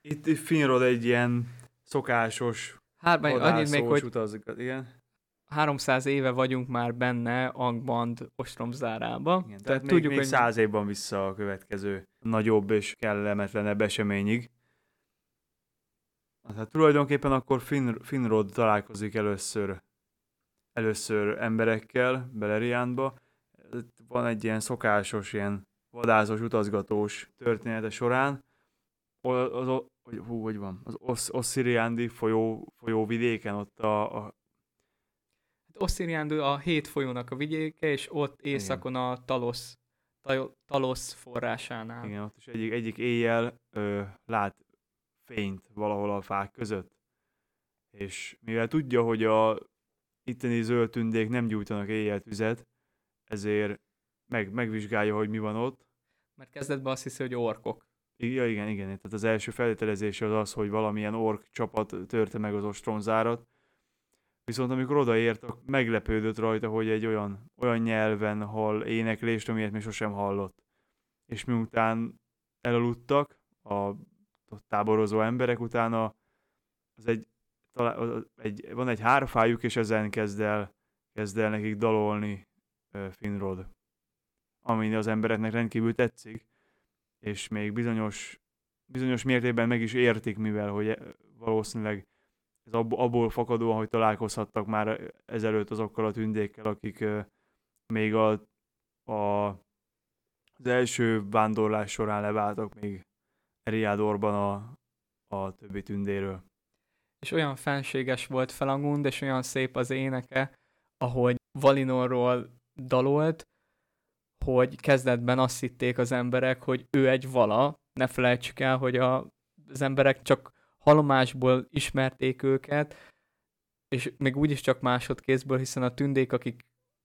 B: Itt Finrod egy ilyen szokásos
A: Annyit még, hogy
B: utazgat, igen.
A: 300 éve vagyunk már benne Angband ostromzárába.
B: Igen, tehát tudjuk, még
A: hogy
B: 100 évben vissza a következő nagyobb és kellemetlenebb eseményig. Tehát tulajdonképpen akkor Finrod találkozik először emberekkel Beleriandba. Van egy ilyen szokásos, ilyen vadászos, utazgatós története során. Hogy van? Az Ossziriándi folyóvidéken ott
A: Ossziriándő a 7 folyónak a vidéke, és ott északon a Talos forrásánál.
B: Igen, ott is egyik éjjel lát fényt valahol a fák között. És mivel tudja, hogy a itteni zöld tündék nem gyújtanak éjjel tüzet, ezért megvizsgálja, hogy mi van ott.
A: Mert kezdetben azt hiszi, hogy orkok.
B: Ja, igen. Tehát az első feltételezése az, hogy valamilyen ork csapat törte meg az ostromzárat. Viszont amikor odaért, meglepődött rajta, hogy egy olyan nyelven hall éneklést, amilyet még sosem hallott. És miután elaludtak a táborozó emberek, utána van egy hárfájuk, és ezen kezd el nekik dalolni Finrod. Ami az embereknek rendkívül tetszik, és még bizonyos mértékben meg is értik, mivel hogy valószínűleg ez abból fakadóan, hogy találkozhattak már ezelőtt azokkal a tündékkel, akik még az első vándorlás során leváltak még Eriadorban a többi tündéről.
A: És olyan fenséges volt Felagund, és olyan szép az éneke, ahogy Valinorról dalolt, hogy kezdetben azt hitték az emberek, hogy ő egy vala. Ne felejtsük el, hogy az emberek csak halomásból ismerték őket, és még úgyis csak másodkézből, hiszen a tündék, akik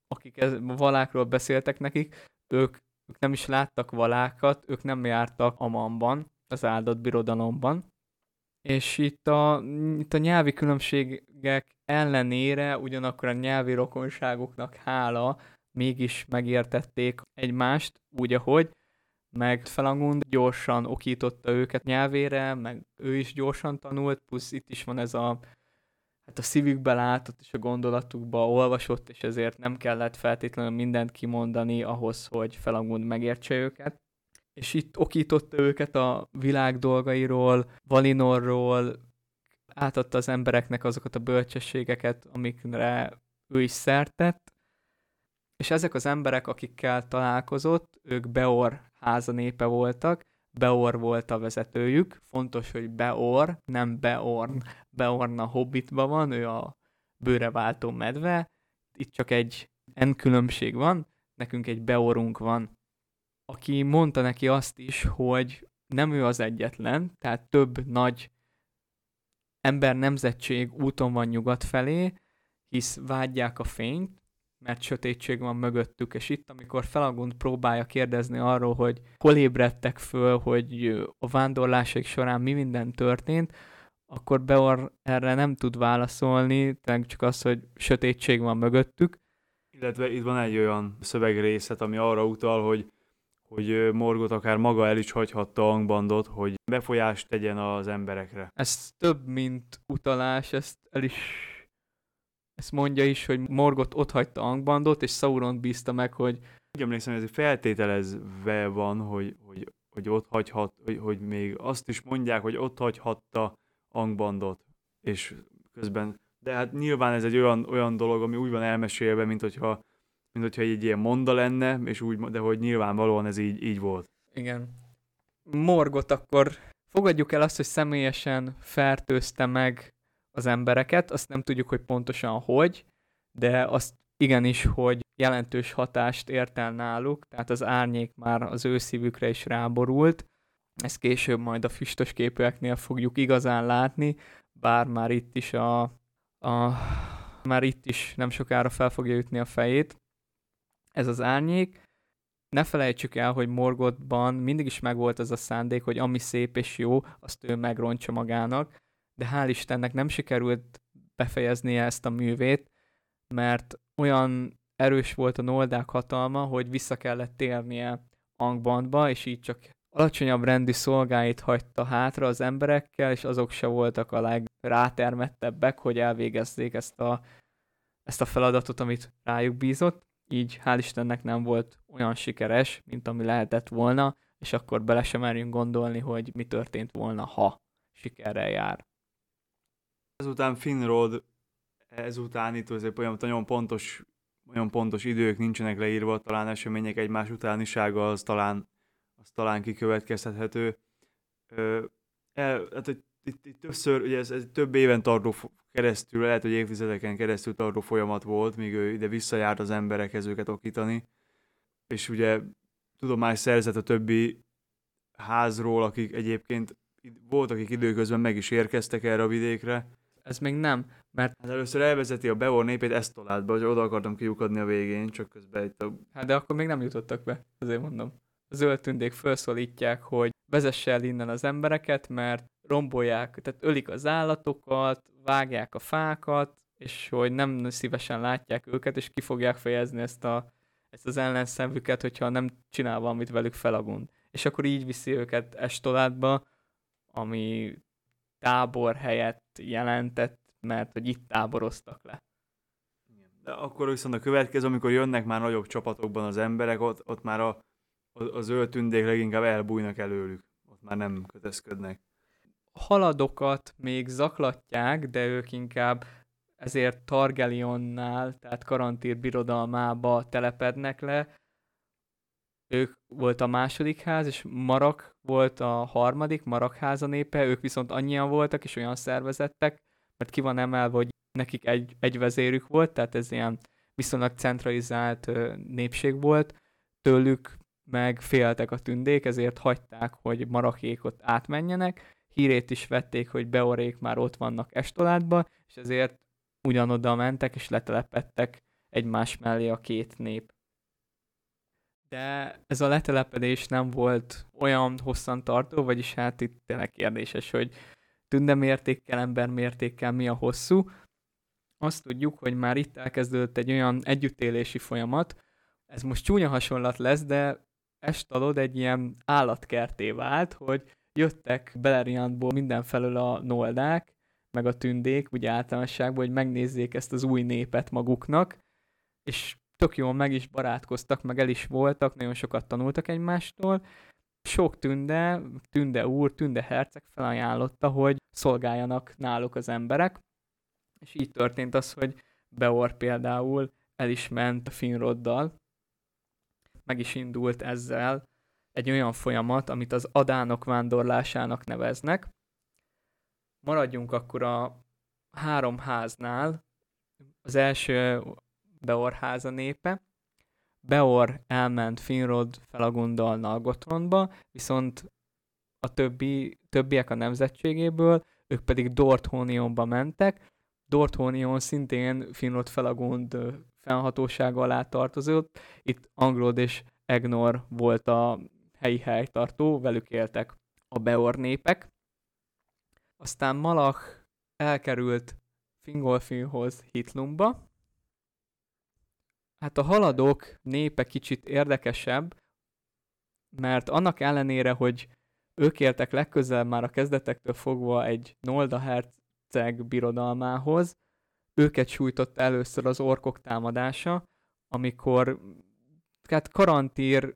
A: valákról beszéltek nekik, ők nem is láttak valákat, ők nem jártak Amanban, az áldott birodalomban. És itt a nyelvi különbségek ellenére, ugyanakkor a nyelvi rokonságoknak hála, mégis megértették egymást úgy, ahogy, meg Felagund gyorsan okította őket nyelvére, meg ő is gyorsan tanult, plusz itt is van ez a szívükbe látott és a gondolatukba olvasott, és ezért nem kellett feltétlenül mindent kimondani ahhoz, hogy Felagund megértse őket. És itt okította őket a világ dolgairól, Valinorról, átadta az embereknek azokat a bölcsességeket, amikre ő is szert tett. És ezek az emberek, akikkel találkozott, ők Beor háza népe voltak, Beor volt a vezetőjük. Fontos, hogy Beor, nem Beorn. Beorn a Hobbitban van, ő a bőreváltó medve. Itt csak egy különbség van, nekünk egy Beorunk van, aki mondta neki azt is, hogy nem ő az egyetlen, tehát több nagy ember nemzetség úton van nyugat felé, hisz vágyják a fényt, mert sötétség van mögöttük, és itt, amikor Felagund próbálja kérdezni arról, hogy hol ébredtek föl, hogy a vándorlásaik során mi minden történt, akkor Beor erre nem tud válaszolni, tehát csak az, hogy sötétség van mögöttük.
B: Illetve itt van egy olyan szövegrészlet, ami arra utal, hogy Morgoth akár maga el is hagyhatta Angbandot, hogy befolyást tegyen az emberekre.
A: Ez több, mint utalás, ezt mondja is, hogy Morgoth otthagyta Angbandot, és Sauront bízta meg, hogy...
B: Úgy emlékszem, hogy ez feltételezve van, hogy ott hagyhat, hogy még azt is mondják, hogy ott hagyhatta Angbandot, és közben... De hát nyilván ez egy olyan dolog, ami úgy van elmesélve, mint hogyha egy ilyen monda lenne, és de hogy nyilvánvalóan ez így volt.
A: Igen. Morgoth akkor fogadjuk el azt, hogy személyesen fertőzte meg az embereket, azt nem tudjuk, hogy pontosan hogy, de azt igenis, hogy jelentős hatást ért el náluk, tehát az árnyék már az ő szívükre is ráborult. Ezt később majd a füstös képűeknél fogjuk igazán látni, bár már itt is már itt is nem sokára fel fogja ütni a fejét. Ez az árnyék. Ne felejtsük el, hogy Morgothban mindig is megvolt az a szándék, hogy ami szép és jó, azt ő megrontsa magának, de hál' Istennek nem sikerült befejeznie ezt a művét, mert olyan erős volt a noldák hatalma, hogy vissza kellett térnie Angbandba, és így csak alacsonyabb rendű szolgáit hagyta hátra az emberekkel, és azok se voltak a legrátermettebbek, hogy elvégezzék ezt a feladatot, amit rájuk bízott. Így hál' Istennek nem volt olyan sikeres, mint ami lehetett volna, és akkor bele sem merjünk gondolni, hogy mi történt volna, ha sikerrel jár.
B: Ezután Finrod, ezután itt azért olyan pontos idők nincsenek leírva, talán események egymás utánisága az talán kikövetkezhető. Hát, itt többször, ugye ez több éven tartó keresztül, lehet, hogy évtizedeken keresztül tartó folyamat volt, míg ő ide visszajárt az emberekhez őket okítani, és ugye tudomást szerzett a többi házról, akik egyébként voltak, akik időközben meg is érkeztek erre a vidékre.
A: Ez még nem, mert...
B: Hát először elvezeti a Beor népét Esztoládba, hogy oda akartam kiukadni a végén, csak közben itt a...
A: Hát de akkor még nem jutottak be, azért mondom. A zöld tündék felszólítják, hogy vezesse el innen az embereket, mert rombolják, tehát ölik az állatokat, vágják a fákat, és hogy nem szívesen látják őket, és ki fogják fejezni ezt az ellenszemvüket, hogyha nem csinál valamit velük Felagund. És akkor így viszi őket Estoládba, ami tábor helyett jelentett, mert hogy itt táboroztak le.
B: De akkor viszont a következő, amikor jönnek már nagyobb csapatokban az emberek, ott már a zöld tündék leginkább elbújnak előlük. Ott már nem kötözködnek.
A: Haladokat még zaklatják, de ők inkább ezért Targelionnál, tehát Karantír birodalmába telepednek le. Ők volt a második ház, és Marak volt a harmadik, Marak háza népe, ők viszont annyian voltak, és olyan szervezettek, mert ki van emelve, hogy nekik egy vezérük volt, tehát ez ilyen viszonylag centralizált népség volt. Tőlük meg féltek a tündék, ezért hagyták, hogy Marakék ott átmenjenek. Hírét is vették, hogy Beorék már ott vannak Estoládba, és ezért ugyanoda mentek, és letelepedtek egymás mellé a két nép. De ez a letelepedés nem volt olyan hosszantartó, vagyis hát itt tényleg kérdéses, hogy tünde mértékkel, ember mértékkel mi a hosszú. Azt tudjuk, hogy már itt elkezdődött egy olyan együttélési folyamat, ez most csúnya hasonlat lesz, de Estalod egy ilyen állatkerté vált, hogy jöttek Beleriandból mindenfelől a noldák, meg a tündék, ugye általánosságban, hogy megnézzék ezt az új népet maguknak, és tök jól meg is barátkoztak, meg el is voltak, nagyon sokat tanultak egymástól. Sok tünde úr, tünde herceg felajánlotta, hogy szolgáljanak náluk az emberek, és így történt az, hogy Beor például el is ment a Finroddal, meg is indult ezzel egy olyan folyamat, amit az adánok vándorlásának neveznek. Maradjunk akkor a három háznál. Az első Beor háza népe. Beor elment Finrod Felagunddal Nargothrondba, viszont a többiek a nemzetségéből, ők pedig Dorthonionba mentek. Dorthonion szintén Finrod Felagund fennhatósága alá tartozott. Itt Angrod és Egnor volt a helyi helytartó, velük éltek a Beor népek. Aztán Malach elkerült Fingolfinhoz Hitlumba. Hát a haladók népe kicsit érdekesebb, mert annak ellenére, hogy ők éltek legközelebb már a kezdetektől fogva egy Nolda herceg birodalmához, őket sújtotta először az orkok támadása, amikor hát Karantír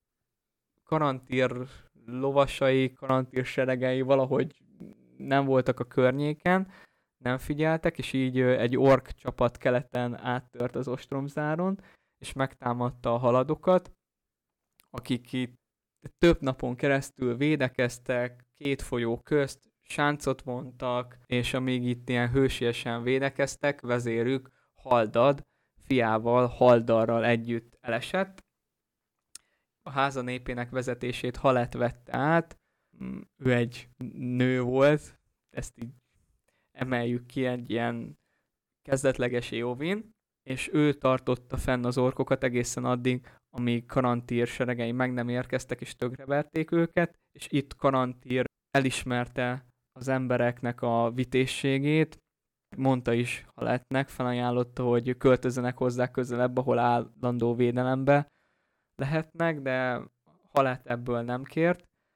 A: lovasai, Karantír seregei valahogy nem voltak a környéken, nem figyeltek, és így egy ork csapat keleten áttört az ostromzáron, és megtámadta a haladokat, akik itt több napon keresztül védekeztek, két folyó közt, sáncot vontak, és amíg itt ilyen hősiesen védekeztek, vezérük Haldad fiával, Haldarral együtt elesett. A háza népének vezetését Halet vette át, ő egy nő volt, ezt így emeljük ki, egy ilyen kezdetleges Éovin, és ő tartotta fenn az orkokat egészen addig, amíg Karantír seregei meg nem érkeztek és tönkreverték őket, és itt Karantír elismerte az embereknek a vitézségét, mondta is Haletnek, felajánlotta, hogy költözzenek hozzá közelebb, ahol állandó védelembe lehetnek, de Halet ebből nem kért,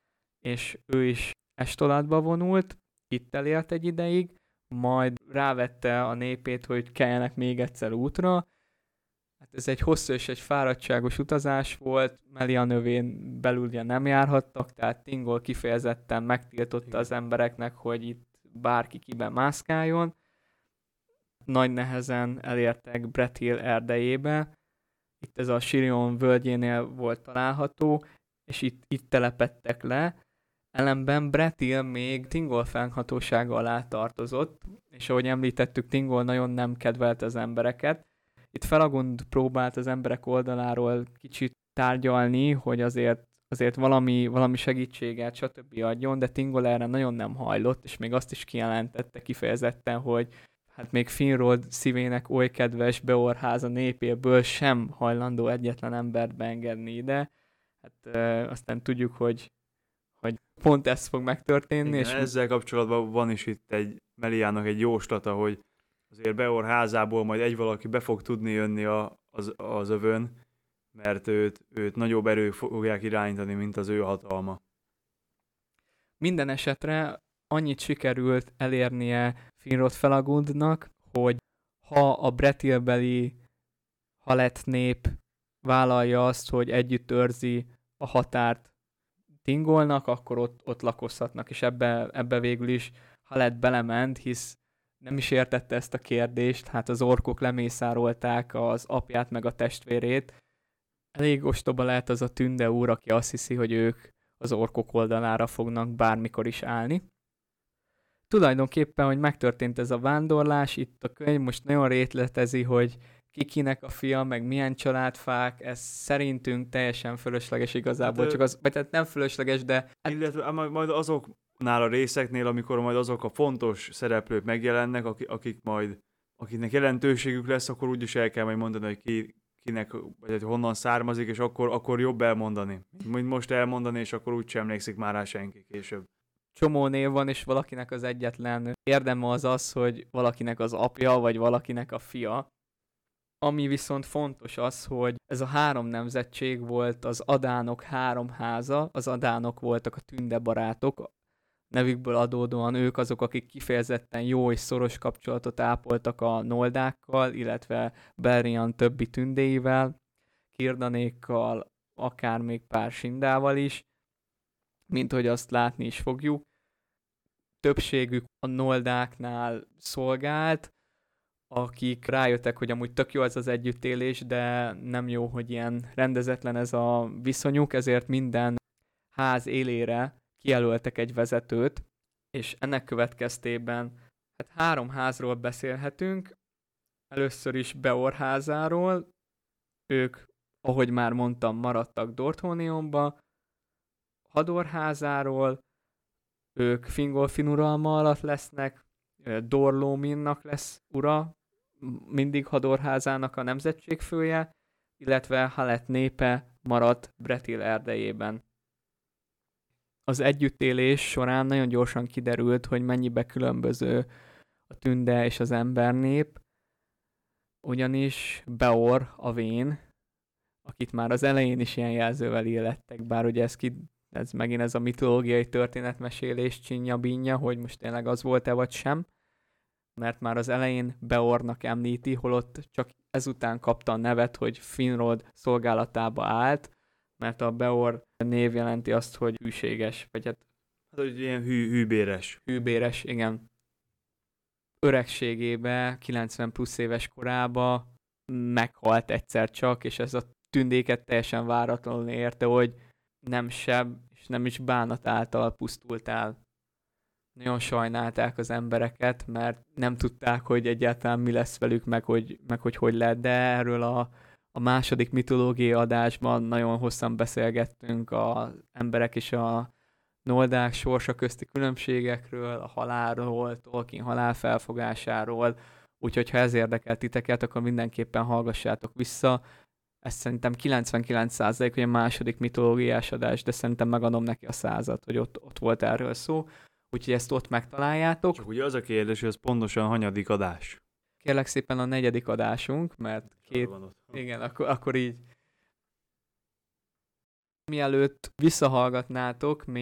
A: és ő is Estolatba vonult, itt elélt egy ideig, majd rávette a népét, hogy keljenek még egyszer útra. Hát ez egy hosszú és egy fáradtságos utazás volt, Melianövén belül ugye nem járhattak, tehát Thingol kifejezetten megtiltotta az embereknek, hogy itt bárki kibe mászkáljon. Nagy nehezen elértek Brethil erdejébe, itt ez a Sirion völgyénél volt található, és itt telepedtek le. Ellenben Brethil még Thingol fennhatósága alá tartozott, és ahogy említettük, Thingol nagyon nem kedvelte az embereket. Itt Felagund próbált az emberek oldaláról kicsit tárgyalni, hogy azért valami segítséget, stb. Adjon, de Thingol erre nagyon nem hajlott, és még azt is kijelentette kifejezetten, hogy hát még Finrod szívének oly kedves Beorháza népéből sem hajlandó egyetlen embert beengedni ide. Hát aztán tudjuk, hogy pont ez fog megtörténni.
B: Igen,
A: és
B: ezzel kapcsolatban van is itt Meliának egy jóslata, hogy azért Beor házából majd egy valaki be fog tudni jönni az övön, mert őt nagyobb erők fogják irányítani, mint az ő hatalma.
A: Minden esetre annyit sikerült elérnie Finrod Felagundnak, hogy ha a Brethilbeli halett nép vállalja azt, hogy együtt őrzi a határt Thingolnak, akkor ott lakozhatnak, és ebbe végül is Halett belement, hisz nem is értette ezt a kérdést, hát az orkok lemészárolták az apját meg a testvérét. Elég ostoba lehet az a Tünde úr, aki azt hiszi, hogy ők az orkok oldalára fognak bármikor is állni. Tulajdonképpen, hogy megtörtént ez a vándorlás, itt a könyv most nagyon részletezi, hogy kinek a fia, meg milyen családfák, ez szerintünk teljesen fölösleges igazából,
B: Hát,
A: csak az, vagy tehát nem fölösleges, de...
B: Illetve majd azoknál a részeknél, amikor majd azok a fontos szereplők megjelennek, akiknek jelentőségük lesz, akkor úgyis el kell majd mondani, hogy kinek, vagy honnan származik, és akkor jobb elmondani. Mint most elmondani, és akkor úgy sem emlékszik már rá senki később.
A: Csomó név van, és valakinek az egyetlen érdeme az, hogy valakinek az apja, vagy valakinek a fia. Ami viszont fontos az, hogy ez a 3 nemzetség volt az Adánok 3 háza, az Adánok voltak a Tünde barátok, nevükből adódóan ők azok, akik kifejezetten jó és szoros kapcsolatot ápoltak a Noldákkal, illetve Beleriand többi tündéivel, Kirdanékkal, akár még pár Sindával is, mint hogy azt látni is fogjuk. Többségük a Noldáknál szolgált, akik rájöttek, hogy amúgy tök jó ez az együttélés, de nem jó, hogy ilyen rendezetlen ez a viszonyuk, ezért minden ház élére kijelöltek egy vezetőt, és ennek következtében hát 3 házról beszélhetünk. Először is Beor házáról, ők, ahogy már mondtam, maradtak Dorthonionba, Hador házáról, ők Fingolfin uralma alatt lesznek, Dorlóminnak lesz ura, mindig Hador házának a nemzetségfője, illetve Halett népe maradt Brethil erdejében. Az együttélés során nagyon gyorsan kiderült, hogy mennyibe különböző a tünde és az embernép, ugyanis Beor a vén, akit már az elején is ilyen jelzővel illettek, bár ugye ez megint ez a mitológiai történetmesélés csinya-bínya, hogy most tényleg az volt-e vagy sem, mert már az elején Beornak említi, holott csak ezután kapta a nevet, hogy Finrod szolgálatába állt, mert a Beor név jelenti azt, hogy hűséges, vagy hát
B: hogy ilyen hűbéres.
A: Hűbéres, igen. Öregségébe, 90 plusz éves korába meghalt egyszer csak, és ez a tündéket teljesen váratlanul érte, hogy nem seb, és nem is bánat által pusztult el. Nagyon sajnálták az embereket, mert nem tudták, hogy egyáltalán mi lesz velük, meg hogy lehet, de erről a második mitológiai adásban nagyon hosszan beszélgettünk az emberek és a Noldák sorsa közti különbségekről, a halálról, Tolkien halálfelfogásáról, úgyhogy ha ez érdekel titeket, akkor mindenképpen hallgassátok vissza. Ez szerintem 99% hogy a második mitológiás adás, de szerintem megadom neki a 100-at, hogy ott volt erről szó. Úgyhogy ezt ott megtaláljátok.
B: Csak ugye az a kérdés, hogy ez pontosan hanyadik adás?
A: Kérlek szépen a 4. adásunk, mert igen, akkor így. Mielőtt visszahallgatnátok, még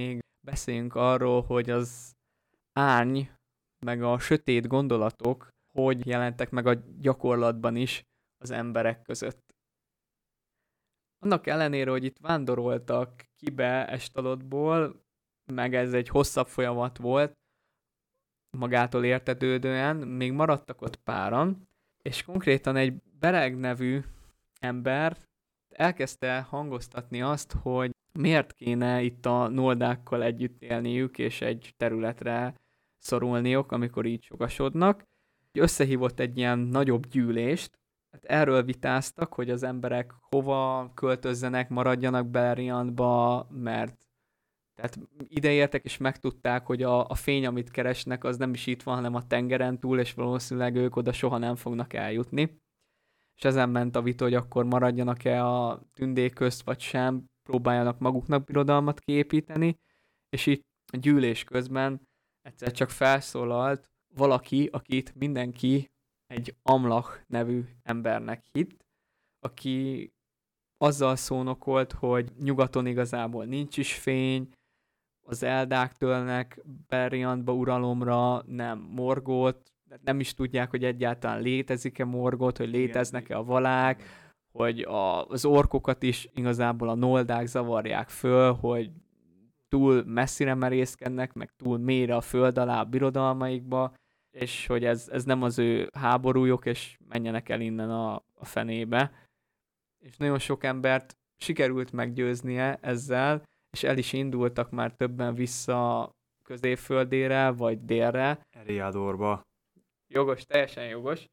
A: beszéljünk arról, hogy az árny, meg a sötét gondolatok hogy jelentek meg a gyakorlatban is az emberek között. Annak ellenére, hogy itt vándoroltak kibe Estalotból, meg ez egy hosszabb folyamat volt, magától értetődően, még maradtak ott páran, és konkrétan egy Bereg nevű ember elkezdte hangoztatni azt, hogy miért kéne itt a noldákkal együtt élniük, és egy területre szorulniuk, amikor így sokasodnak. Összehívott egy ilyen nagyobb gyűlést, erről vitáztak, hogy az emberek hova költözzenek, maradjanak Beleriandba, mert tehát ideértek és megtudták, hogy a fény, amit keresnek, az nem is itt van, hanem a tengeren túl, és valószínűleg ők oda soha nem fognak eljutni. És ezen ment a vita, hogy akkor maradjanak-e a tündék közt, vagy sem, próbáljanak maguknak birodalmat kiépíteni, és itt a gyűlés közben egyszer csak felszólalt valaki, akit mindenki egy Amlach nevű embernek hitt, aki azzal szónokolt, hogy nyugaton igazából nincs is fény, az eldák tőlnek Beleriandba uralomra, nem Morgoth, nem is tudják, hogy egyáltalán létezik-e Morgoth, hogy léteznek-e a valák, hogy az orkokat is igazából a noldák zavarják föl, hogy túl messzire merészkednek, meg túl mélyre a föld alá a birodalmaikba, és hogy ez nem az ő háborújuk, és menjenek el innen a fenébe. És nagyon sok embert sikerült meggyőznie ezzel, és el is indultak már többen vissza Középföldére, vagy délre.
B: Eriadorba.
A: Jogos, teljesen jogos.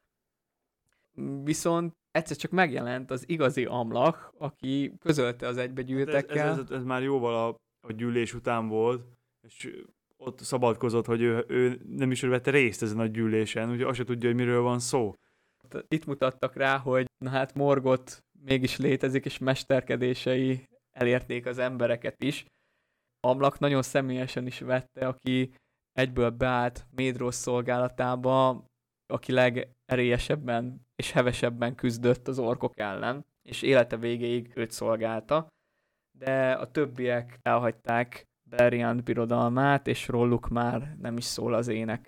A: Viszont egyszer csak megjelent az igazi Amlach, aki közölte az egybegyűltekkel.
B: Ez már jóval a gyűlés után volt, és ott szabadkozott, hogy ő nem is vette részt ezen a gyűlésen, úgyhogy azt se tudja, hogy miről van szó.
A: Itt mutattak rá, hogy na hát Morgoth mégis létezik, és mesterkedései elérték az embereket is. Amlach nagyon személyesen is vette, aki egyből beállt Médrosz szolgálatába, aki legerélyesebben és hevesebben küzdött az orkok ellen, és élete végéig őt szolgálta, de a többiek elhagyták Beleriand birodalmát, és róluk már nem is szól az ének.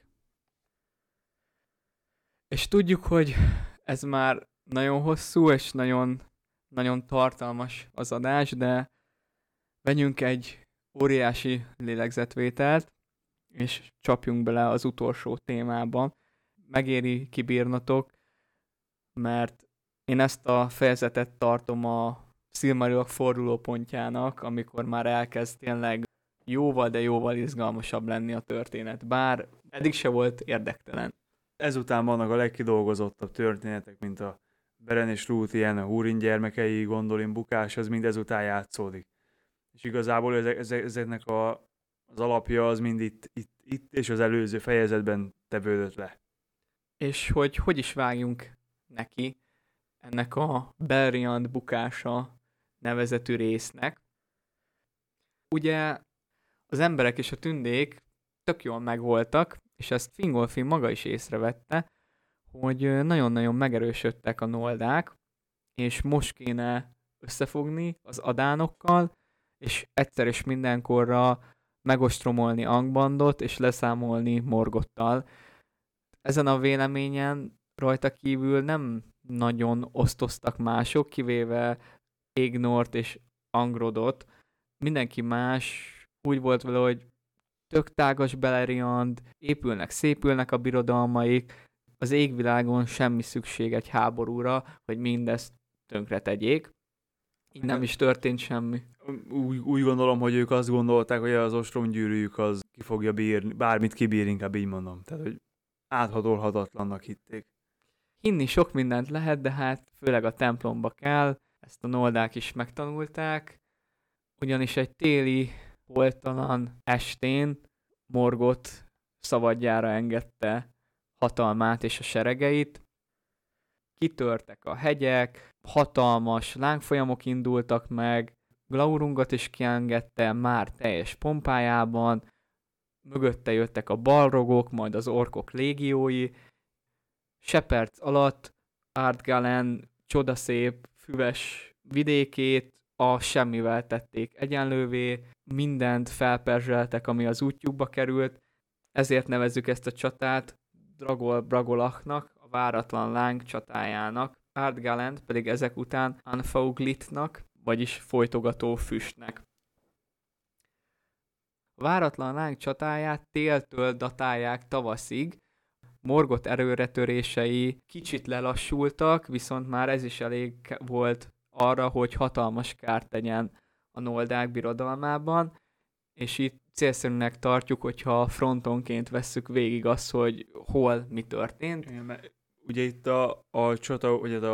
A: És tudjuk, hogy ez már nagyon hosszú, és nagyon, nagyon tartalmas az adás, de vegyünk egy óriási lélegzetvételt, és csapjunk bele az utolsó témába. Megéri kibírnotok, mert én ezt a fejezetet tartom a Silmarillok fordulópontjának, amikor már elkezd tényleg jóval, de jóval izgalmasabb lenni a történet, bár eddig se volt érdektelen.
B: Ezután vannak a legkidolgozottabb történetek, mint a Beren és Lúthien, a Húrin gyermekei, Gondolin bukás, az mind ezután játszódik. És igazából ezeknek az alapja az mind itt és az előző fejezetben tevődött le.
A: És hogy is vágjunk neki ennek a Beleriand bukása nevezetű résznek. Ugye az emberek és a tündék tök jól megvoltak, és ezt Fingolfin maga is észrevette, hogy nagyon-nagyon megerősödtek a noldák, és most kéne összefogni az adánokkal, és egyszer és mindenkorra megostromolni Angbandot, és leszámolni Morgottal. Ezen a véleményen rajta kívül nem nagyon osztoztak mások, kivéve Égnort és Angrodot. Mindenki más úgy volt vele, hogy tök tágas Beleriand, szépülnek a birodalmaik, az égvilágon semmi szükség egy háborúra, hogy mindezt tönkre tegyék. Így nem is történt semmi.
B: Úgy gondolom, hogy ők azt gondolták, hogy az ostromgyűrűjük az ki fogja bírni, bármit kibír, inkább így mondom. Tehát, hogy áthatolhatatlannak hitték.
A: Hinni sok mindent lehet, de hát főleg a templomba kell, ezt a noldák is megtanulták, ugyanis egy téli, holtalan estén Morgoth szabadjára engedte hatalmát és a seregeit. Kitörtek a hegyek, hatalmas lángfolyamok indultak meg, Glaurungot is kiengedte már teljes pompájában, mögötte jöttek a balrogok, majd az orkok légiói. Se perc alatt Ardgalen csodaszép, füves vidékét a semmivel tették egyenlővé, mindent felperzseltek, ami az útjukba került, ezért nevezzük ezt a csatát Dragol Bragolachnak, a váratlan láng csatájának, Ardgalent pedig ezek után Anfauglitnak, vagyis folytogató füstnek. A váratlan láng csatáját téltől datálják tavaszig, Morgoth erőretörései kicsit lelassultak, viszont már ez is elég volt arra, hogy hatalmas kárt tegyen a Noldák birodalmában, és itt célszerűnek tartjuk, hogyha frontonként vesszük végig azt, hogy hol mi történt.
B: Igen, mert ugye itt a csata, ugye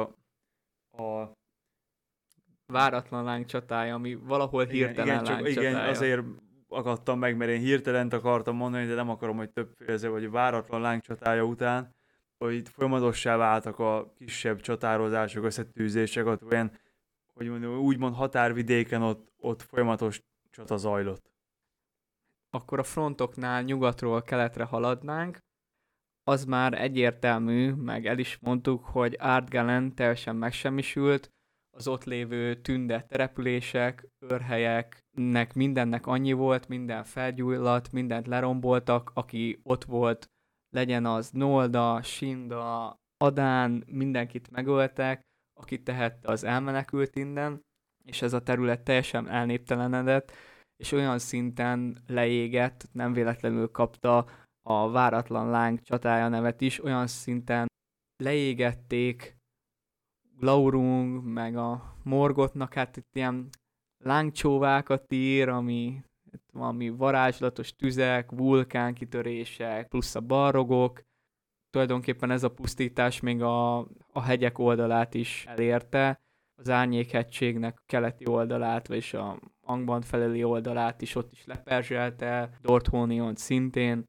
B: a
A: váratlan láng csatája, ami valahol hirtelen láng csatája.
B: Igen, azért akadtam meg, mert én hirtelen akartam mondani, de nem akarom, hogy többféle, vagy váratlan láng csatája után, hogy itt folyamatossá váltak a kisebb csatározások, összetűzések, ott olyan, hogy mondjam, úgymond határvidéken ott folyamatos csata zajlott.
A: Akkor a frontoknál nyugatról keletre haladnánk, az már egyértelmű, meg el is mondtuk, hogy Ardgalen teljesen megsemmisült, az ott lévő tünde települések, őrhelyeknek mindennek annyi volt, minden felgyulladt, mindent leromboltak, aki ott volt, legyen az Nolda, Sinda, Adán, mindenkit megöltek, aki tehette, az elmenekült innen, és ez a terület teljesen elnéptelenedett, és olyan szinten leégett, nem véletlenül kapta a váratlan láng csatája nevet is, olyan szinten leégették Glaurung, meg a Morgothnak, hát itt ilyen lángcsóvákat ír, ami valami varázslatos tüzek, vulkánkitörések, plusz a balrogok. Tulajdonképpen ez a pusztítás még a hegyek oldalát is elérte, az Árnyékhegységnek a keleti oldalát, vagyis a Angband feleli oldalát is ott is leperzselte, Dorthoniont szintén.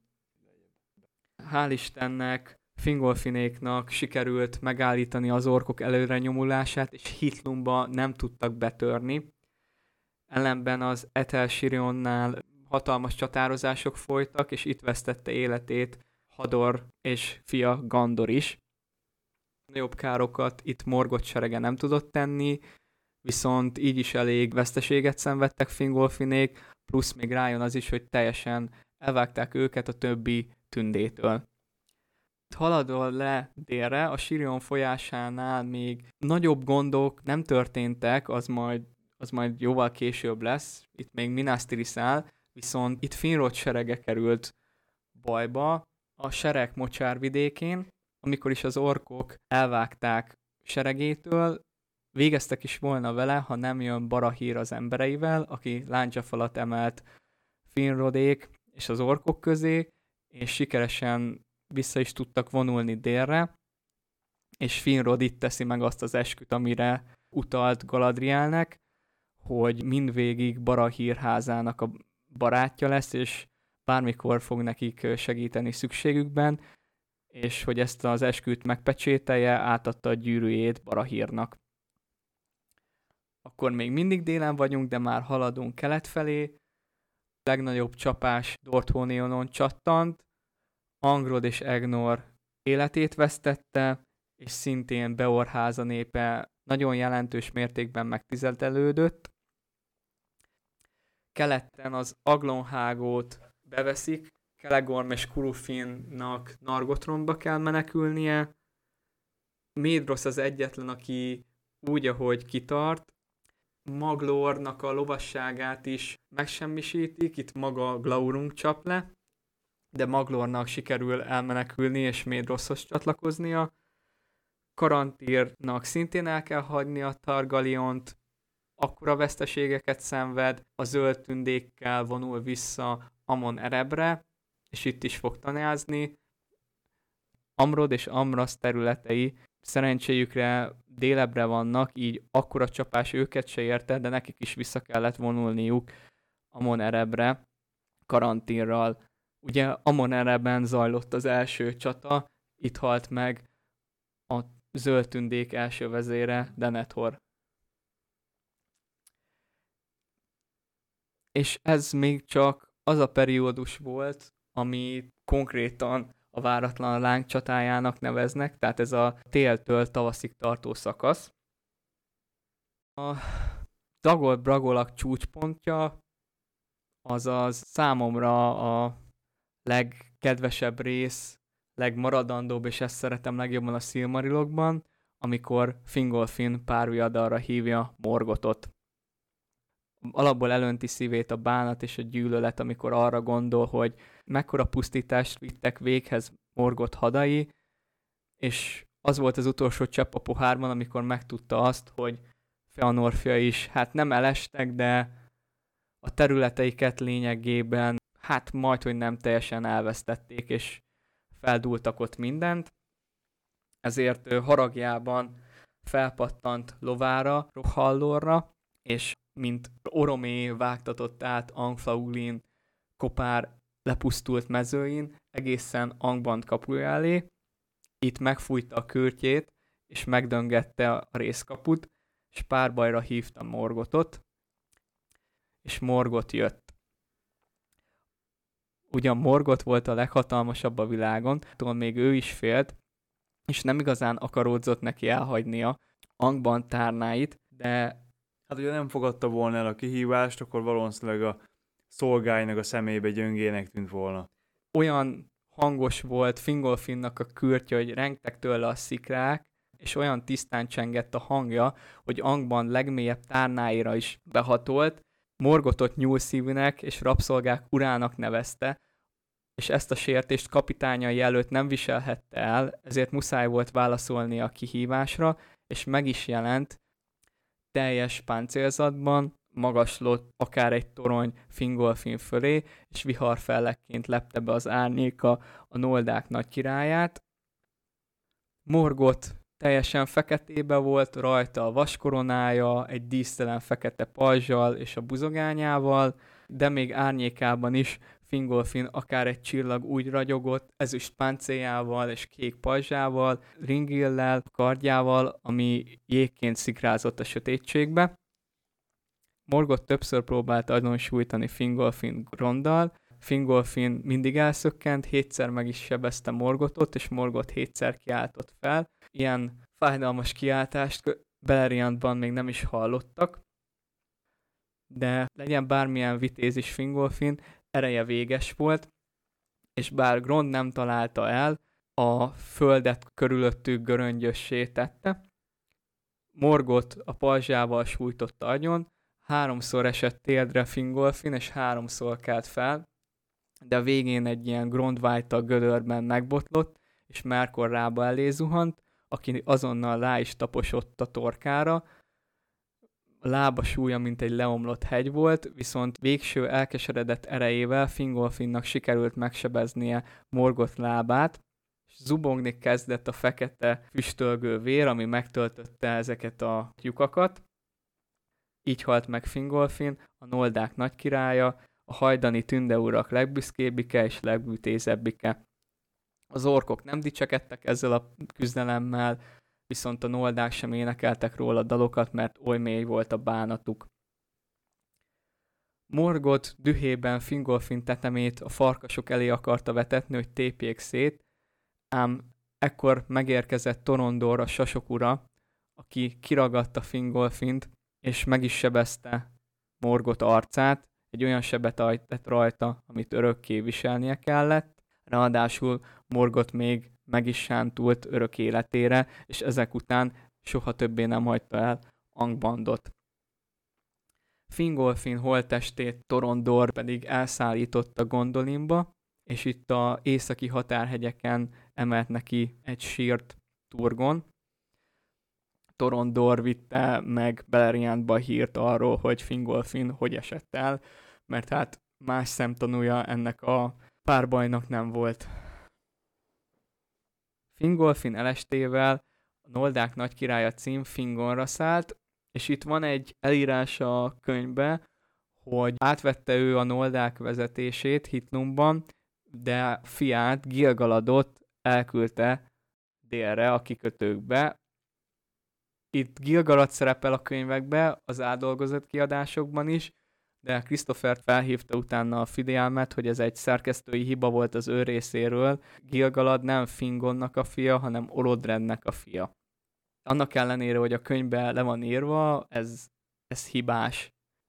A: Hál' Istennek, Fingolfinéknak sikerült megállítani az orkok előre nyomulását, és Hithlumba nem tudtak betörni. Ellenben az Ethel-Sirionnál hatalmas csatározások folytak, és itt vesztette életét Hador és fia Gandor is. Nagyobb károkat itt Morgoth serege nem tudott tenni, viszont így is elég veszteséget szenvedtek Fingolfinék, plusz még rájön az is, hogy teljesen elvágták őket a többi tündétől. Haladva le délre, a Sirion folyásánál még nagyobb gondok nem történtek, az majd jóval később lesz, itt még Minas Tirith áll, viszont itt Finrod serege került bajba a sereg mocsárvidékén, amikor is az orkok elvágták seregétől, végeztek is volna vele, ha nem jön Barahír az embereivel, aki láncsafalat emelt Finrodék és az orkok közé, és sikeresen vissza is tudtak vonulni délre, és Finrod itt teszi meg azt az esküt, amire utalt Galadrielnek, hogy mindvégig Barahír házának a barátja lesz, és bármikor fog nekik segíteni szükségükben, és hogy ezt az esküt megpecsételje, átadta a gyűrűjét Barahírnak. Akkor még mindig délen vagyunk, de már haladunk kelet felé. A legnagyobb csapás Dorthonionon csattant, Angrod és Egnor életét vesztette, és szintén Beor háza népe nagyon jelentős mértékben megtizedelődött. Keleten az Aglonhágót beveszik, Celegorm és Curufinnak Nargothrondba kell menekülnie. Médrosz az egyetlen, aki úgy, ahogy kitart. Maglornak a lovasságát is megsemmisítik, itt maga Glaurung csap le, de Maglornak sikerül elmenekülni és Médroszhoz csatlakoznia. Karantírnak szintén el kell hagyni a Targaliont, akkora veszteségeket szenved, a zöld tündékkel vonul vissza Amon Erebre, és itt is fog tanyázni. Amrod és Amras területei szerencséjükre délebbre vannak, így akkora csapás őket se érte, de nekik is vissza kellett vonulniuk Amon Erebre Karantírral. Ugye Amon Ereben zajlott az első csata, itt halt meg a zöld tündék első vezére, Denethor. És ez még csak az a periódus volt, ami konkrétan a váratlan láng csatájának neveznek, tehát ez a téltől tavaszig tartó szakasz. A Zagor-Bragolak csúcspontja, azaz számomra a legkedvesebb rész, legmaradandóbb, és ezt szeretem legjobban a Silmarilokban, amikor Fingolfin párviadalra hívja Morgothot. Alapból elönti szívét a bánat és a gyűlölet, amikor arra gondol, hogy mekkora pusztítást vittek véghez Morgoth hadai, és az volt az utolsó csepp a pohárban, amikor megtudta azt, hogy Feanor fia is, hát nem elestek, de a területeiket lényegében, hát majdhogy nem teljesen elvesztették, és feldúltak ott mindent. Ezért haragjában felpattant lovára, Rohallorra, és mint Oromé vágtatott át Angflauglin kopár lepusztult mezőin egészen Angband kapuja elé. Itt megfújta a kürtjét, és megdöngette a részkaput, és párbajra hívta Morgothot, és Morgoth jött. Ugyan Morgoth volt a leghatalmasabb a világon, attól még ő is félt, és nem igazán akaródzott neki elhagynia Angband tárnáit, de
B: hát ugye nem fogadta volna el a kihívást, akkor valószínűleg a szolgáinak a szemébe gyöngének tűnt volna.
A: Olyan hangos volt Fingolfinnak a kürtje, hogy rengtek tőle a szikrák, és olyan tisztán csengett a hangja, hogy Angband legmélyebb tárnáira is behatolt. Morgothot nyúlszívűnek és rabszolgák urának nevezte, és ezt a sértést kapitányai előtt nem viselhette el, ezért muszáj volt válaszolni a kihívásra, és meg is jelent teljes páncélzatban, magaslott akár egy torony Fingolfin fölé, és viharfellekként lepte be az árnyéka a Noldák nagy királyát. Morgoth teljesen feketébe volt, rajta a vaskoronája, egy dísztelen fekete pajzsal és a buzogányával, de még árnyékában is Fingolfin akár egy csillag úgy ragyogott, ezüst páncéljával és kék pajzsával, ringillel, kardjával, ami jégként szikrázott a sötétségbe. Morgoth többször próbált azonosítani Fingolfin Gronddal, Fingolfin mindig elszökkent, 7-szer meg is sebezte Morgothot, és Morgoth 7-szer kiáltott fel. Ilyen fájdalmas kiáltást Beleriandban még nem is hallottak, de legyen bármilyen vitéz is Fingolfin, ereje véges volt, és bár Grond nem találta el, a földet körülöttük göröngyössé tette. Morgoth a pajzsával sújtotta agyon, 3-szor esett térdre Fingolfin, és 3-szor kelt fel, de a végén egy ilyen Grondvájta gödörben megbotlott, és Melkor rába elé zuhant, aki azonnal rá is taposott a torkára. A lába súlya, mint egy leomlott hegy volt, viszont végső elkeseredett erejével Fingolfinnak sikerült megsebeznie Morgoth lábát, és zubogni kezdett a fekete füstölgő vér, ami megtöltötte ezeket a lyukakat. Így halt meg Fingolfin, a Noldák nagykirálya, a hajdani tündeurak legbüszkébbike és legbűtézebbike. Az orkok nem dicsekedtek ezzel a küzdelemmel, viszont a Noldák sem énekeltek róla dalokat, mert oly mély volt a bánatuk. Morgoth dühében Fingolfin tetemét a farkasok elé akarta vetetni, hogy tépjék szét, ám ekkor megérkezett Torondor, a sasok ura, aki kiragadta Fingolfint, és meg is sebezte Morgoth arcát, egy olyan sebet tett rajta, amit örökké viselnie kellett. Ráadásul Morgoth még meg is sántult örök életére, és ezek után soha többé nem hagyta el Angbandot. Fingolfin holttestét Torondor pedig elszállította Gondolinba, és itt a északi határhegyeken emelt neki egy sírt Turgon. Torondor vitte meg Beleriandba hírt arról, hogy Fingolfin hogy esett el, mert hát más szemtanúja ennek a párbajnak nem volt. Fingolfin elestével a Noldák nagykirálya cím Fingonra szállt, és itt van egy elírás a könyvbe, hogy átvette ő a Noldák vezetését Hitlumban, de fiát, Gil-galadot elküldte délre a kikötőkbe. Itt Gil-galad szerepel a könyvekbe, az átdolgozott kiadásokban is, de Christopher felhívta utána a figyelmet, hogy ez egy szerkesztői hiba volt az ő részéről. Gil-galad nem Fingonnak a fia, hanem Orodrednek a fia. Annak ellenére, hogy a könyvben le van írva, ez ez hibás.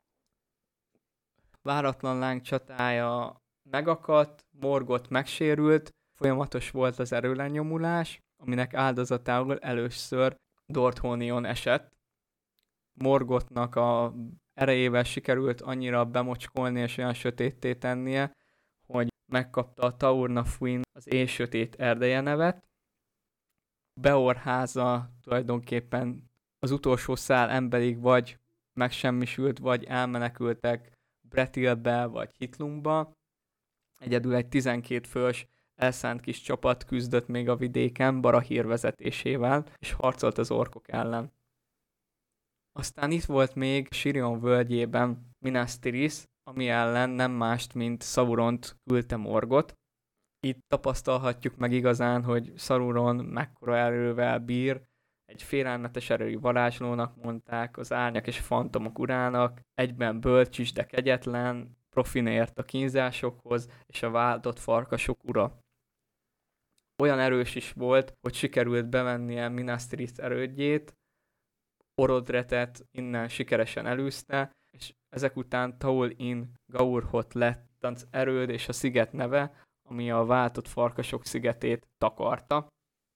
A: Váratlan láng csatája megakadt, Morgoth megsérült, folyamatos volt az erőlenyomulás, aminek áldozatául először Dorthonion esett. Morgothnak a erejével sikerült annyira bemocskolni és olyan sötétté tennie, hogy megkapta a Taurnafuin az éjsötét erdeje nevet. Beor háza tulajdonképpen az utolsó szál emberig vagy megsemmisült, vagy elmenekültek Bretilbe vagy Hitlungba. Egyedül egy 12 fős elszánt kis csapat küzdött még a vidéken Barahir vezetésével, és harcolt az orkok ellen. Aztán itt volt még Sirion völgyében Minas Tirith, ami ellen nem mást, mint Sauront küldte Morgoth. Itt tapasztalhatjuk meg igazán, hogy Sauron mekkora erővel bír, egy félelmetes erői varázslónak mondták, az árnyak és fantomok urának, egyben bölcs is, de kegyetlen, profin ért a kínzásokhoz, és a váltott farkasok ura. Olyan erős is volt, hogy sikerült bevennie Minas Tirith erődjét, Orodretet innen sikeresen elűzte, és ezek után Taul-in Gaurhot lett az erőd és a sziget neve, ami a váltott farkasok szigetét takarta.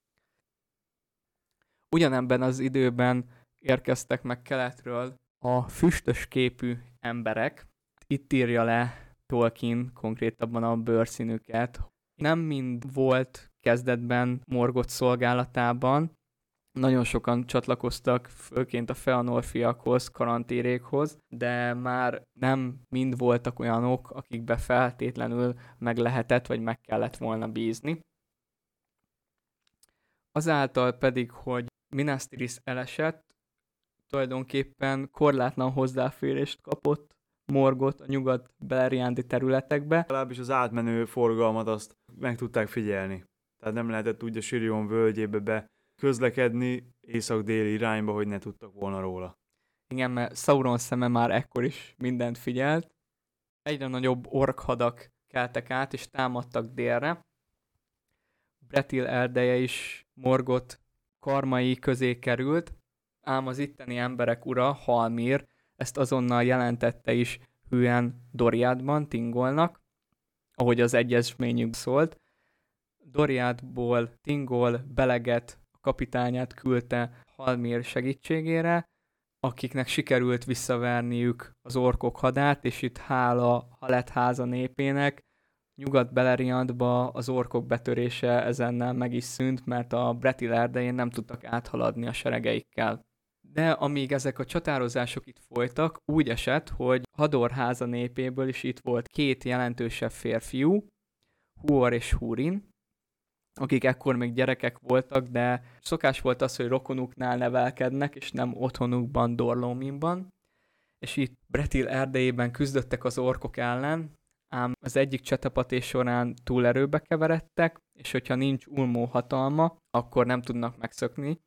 A: Ugyanebben az időben érkeztek meg keletről a füstös képű emberek. Itt írja le Tolkien konkrétabban a bőrszínüket. Nem mind volt kezdetben Morgoth szolgálatában, nagyon sokan csatlakoztak, főként a Feanor fiakhoz, karantérékhoz, de már nem mind voltak olyanok, akikbe feltétlenül meg lehetett, vagy meg kellett volna bízni. Azáltal pedig, hogy Minas Tirith elesett, tulajdonképpen korlátlan hozzáférést kapott Morgoth a nyugat-beleriandi területekbe.
B: Legalábbis az átmenő forgalmat azt meg tudták figyelni. Tehát nem lehetett úgy a Sirion völgyébe be közlekedni észak-déli irányba, hogy ne tudtak volna róla.
A: Igen, mert Sauron szeme már ekkor is mindent figyelt. Egyre nagyobb orkhadak keltek át, és támadtak délre. Bretil erdeje is Morgoth karmai közé került, ám az itteni emberek ura, Halmir, ezt azonnal jelentette is hűen Doriathban, Tingolnak, ahogy az egyezményük szólt. Doriathból Tingol Beleget, a kapitányát küldte Halmir segítségére, akiknek sikerült visszaverniük az orkok hadát, és itt hála Haleth háza népének Nyugat-Beleriandba az orkok betörése ezennel meg is szűnt, mert a Bretil erdején nem tudtak áthaladni a seregeikkel. De amíg ezek a csatározások itt folytak, úgy esett, hogy Hador háza népéből is itt volt két jelentősebb férfiú, Huor és Húrin, akik ekkor még gyerekek voltak, de szokás volt az, hogy rokonuknál nevelkednek, és nem otthonukban, Dorlominban. És itt Bretil erdejében küzdöttek az orkok ellen, ám az egyik csatapatés során túlerőbe keveredtek, és hogyha nincs Ulmó hatalma, akkor nem tudnak megszökni.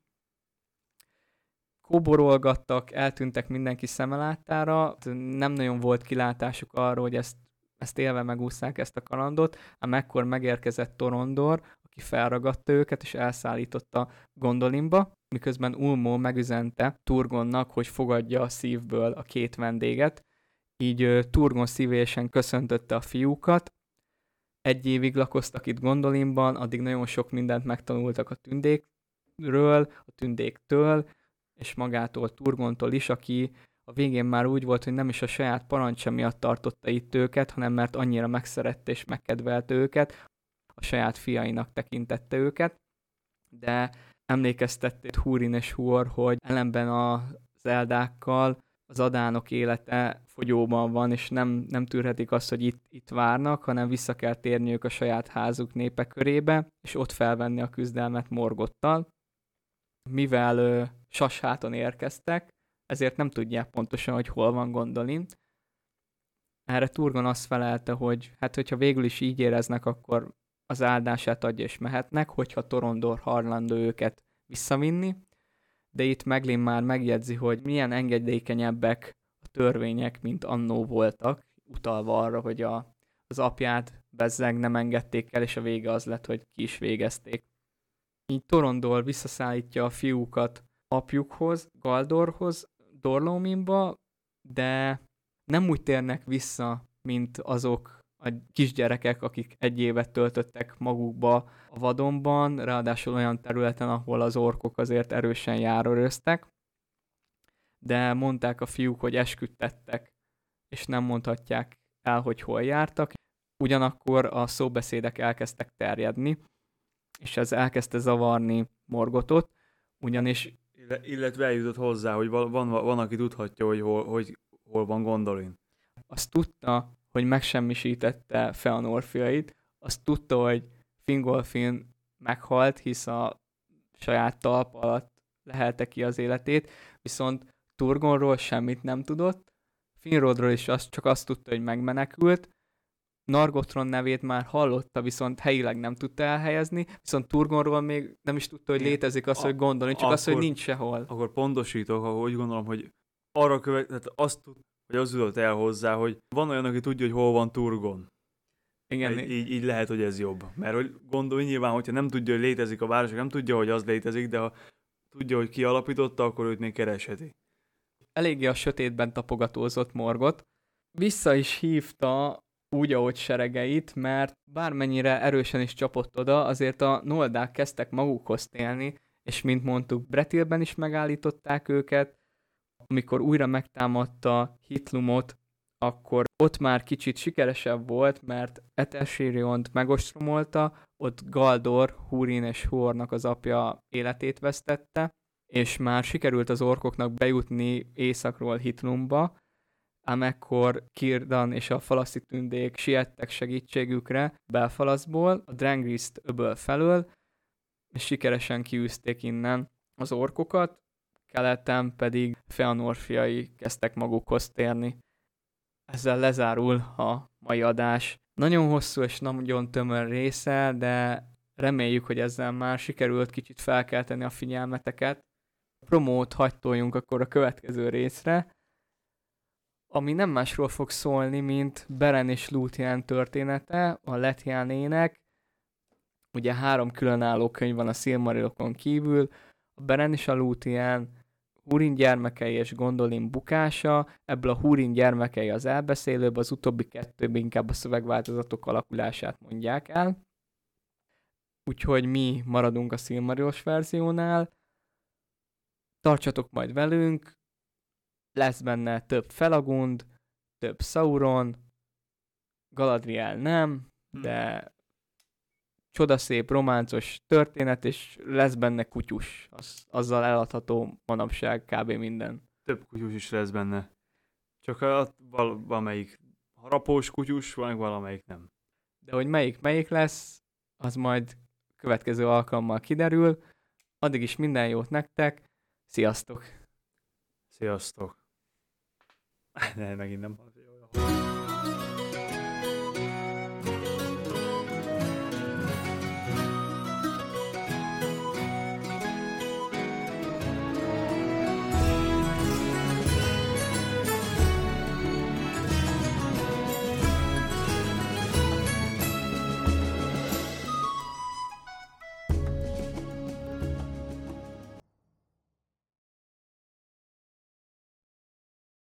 A: Kóborolgattak, eltűntek mindenki szemelátára, nem nagyon volt kilátásuk arról, hogy ezt élve megúszszák ezt a kalandot, ám ekkor megérkezett Torondor, aki felragadta őket és elszállította Gondolinba, miközben Ulmó megüzente Turgonnak, hogy fogadja a szívből a két vendéget. Így Turgon szívélyesen köszöntötte a fiúkat. Egy évig lakoztak itt Gondolinban, addig nagyon sok mindent megtanultak a tündékről, a tündéktől, és magától Turgontól is, aki a végén már úgy volt, hogy nem is a saját parancsa miatt tartotta itt őket, hanem mert annyira megszerette és megkedvelte őket, a saját fiainak tekintette őket, de emlékeztette Húrin és Huor, hogy ellenben az eldákkal az adánok élete fogyóban van, és nem tűrhetik azt, hogy itt várnak, hanem vissza kell térniük a saját házuk népe körébe, és ott felvenni a küzdelmet Morgottal. Mivel Sasháton érkeztek, ezért nem tudják pontosan, hogy hol van Gondolin. Erre Turgon azt felelte, hogy hát hogyha végül is így éreznek, akkor az áldását adja és mehetnek, hogyha Torondor hajlandó őket visszavinni, de itt Meglin már megjegyzi, hogy milyen engedékenyebbek a törvények, mint annó voltak, utalva arra, hogy az apját bezzeg nem engedték el, és a vége az lett, hogy ki is végezték. Így Torondor visszaszállítja a fiúkat apjukhoz, Galdorhoz, Dorlominba, de nem úgy térnek vissza, mint azok a kisgyerekek, akik 1 évet töltöttek magukba a vadonban, ráadásul olyan területen, ahol az orkok azért erősen járőröztek, de mondták a fiúk, hogy esküdtettek, és nem mondhatják el, hogy hol jártak. Ugyanakkor a szóbeszédek elkezdtek terjedni, és ez elkezdte zavarni Morgothot, ugyanis...
B: Illetve eljutott hozzá, hogy van aki tudhatja, hogy hol van Gondolin.
A: Azt tudta, hogy megsemmisítette Feanor fiait, azt tudta, hogy Fingolfin meghalt, hisz a saját talp alatt lehelte ki az életét, viszont Turgonról semmit nem tudott, Finrodról is csak azt tudta, hogy megmenekült, Nargothrond nevét már hallotta, viszont helyileg nem tudta elhelyezni, viszont Turgonról még nem is tudta, hogy létezik az, hogy Gondolin, csak az, hogy nincs sehol.
B: Akkor pontosítok, úgy gondolom, hogy arra tehát azt tud, hogy az jutott el hozzá, hogy van olyan, aki tudja, hogy hol van Turgon.
A: Igen.
B: Így lehet, hogy ez jobb. Mert hogy Gondolin nyilván, hogyha nem tudja, hogy létezik a város, nem tudja, hogy az létezik, de ha tudja, hogy ki alapította, akkor őt még keresheti.
A: Eléggé a sötétben tapogatózott Morgoth. Vissza is hívta úgy, ahogy seregeit, mert bármennyire erősen is csapott oda, azért a noldák kezdtek magukhoz télni, és mint mondtuk, Bretilben is megállították őket. Amikor újra megtámadta Hitlumot, akkor ott már kicsit sikeresebb volt, mert Etelsiriont megostromolta, ott Galdor, Húrin és Huornak az apja életét vesztette, és már sikerült az orkoknak bejutni északról Hitlumba, ám ekkor Círdan és a falaszi tündék siettek segítségükre Belfalaszból, a Drengriszt öböl felől, és sikeresen kiűzték innen az orkokat, keleten pedig Feanor fiai kezdtek magukhoz térni. Ezzel lezárul a mai adás. Nagyon hosszú és nagyon tömör része, de reméljük, hogy ezzel már sikerült kicsit felkelteni a figyelmeteket. A promót hagytoljunk akkor a következő részre, ami nem másról fog szólni, mint Beren és Lúthien története, a Lethianének. Ugye 3 különálló könyv van a Silmarillokon kívül, a Beren és a Lúthien, Húrin gyermekei és Gondolin bukása, ebből a Húrin gyermekei az elbeszélőbb, az utóbbi 2 inkább a szövegváltozatok alakulását mondják el. Úgyhogy mi maradunk a Silmarillos verziónál. Tartsatok majd velünk, lesz benne több Felagund, több Sauron, Galadriel nem, de csodaszép, románcos történet, és lesz benne kutyus. Azzal eladható manapság kb. Minden.
B: Több kutyus is lesz benne. Csak valamelyik harapós kutyus, meg valamelyik nem.
A: De hogy melyik lesz, az majd következő alkalommal kiderül. Addig is minden jót nektek. Sziasztok!
B: Sziasztok! Ne, megint nem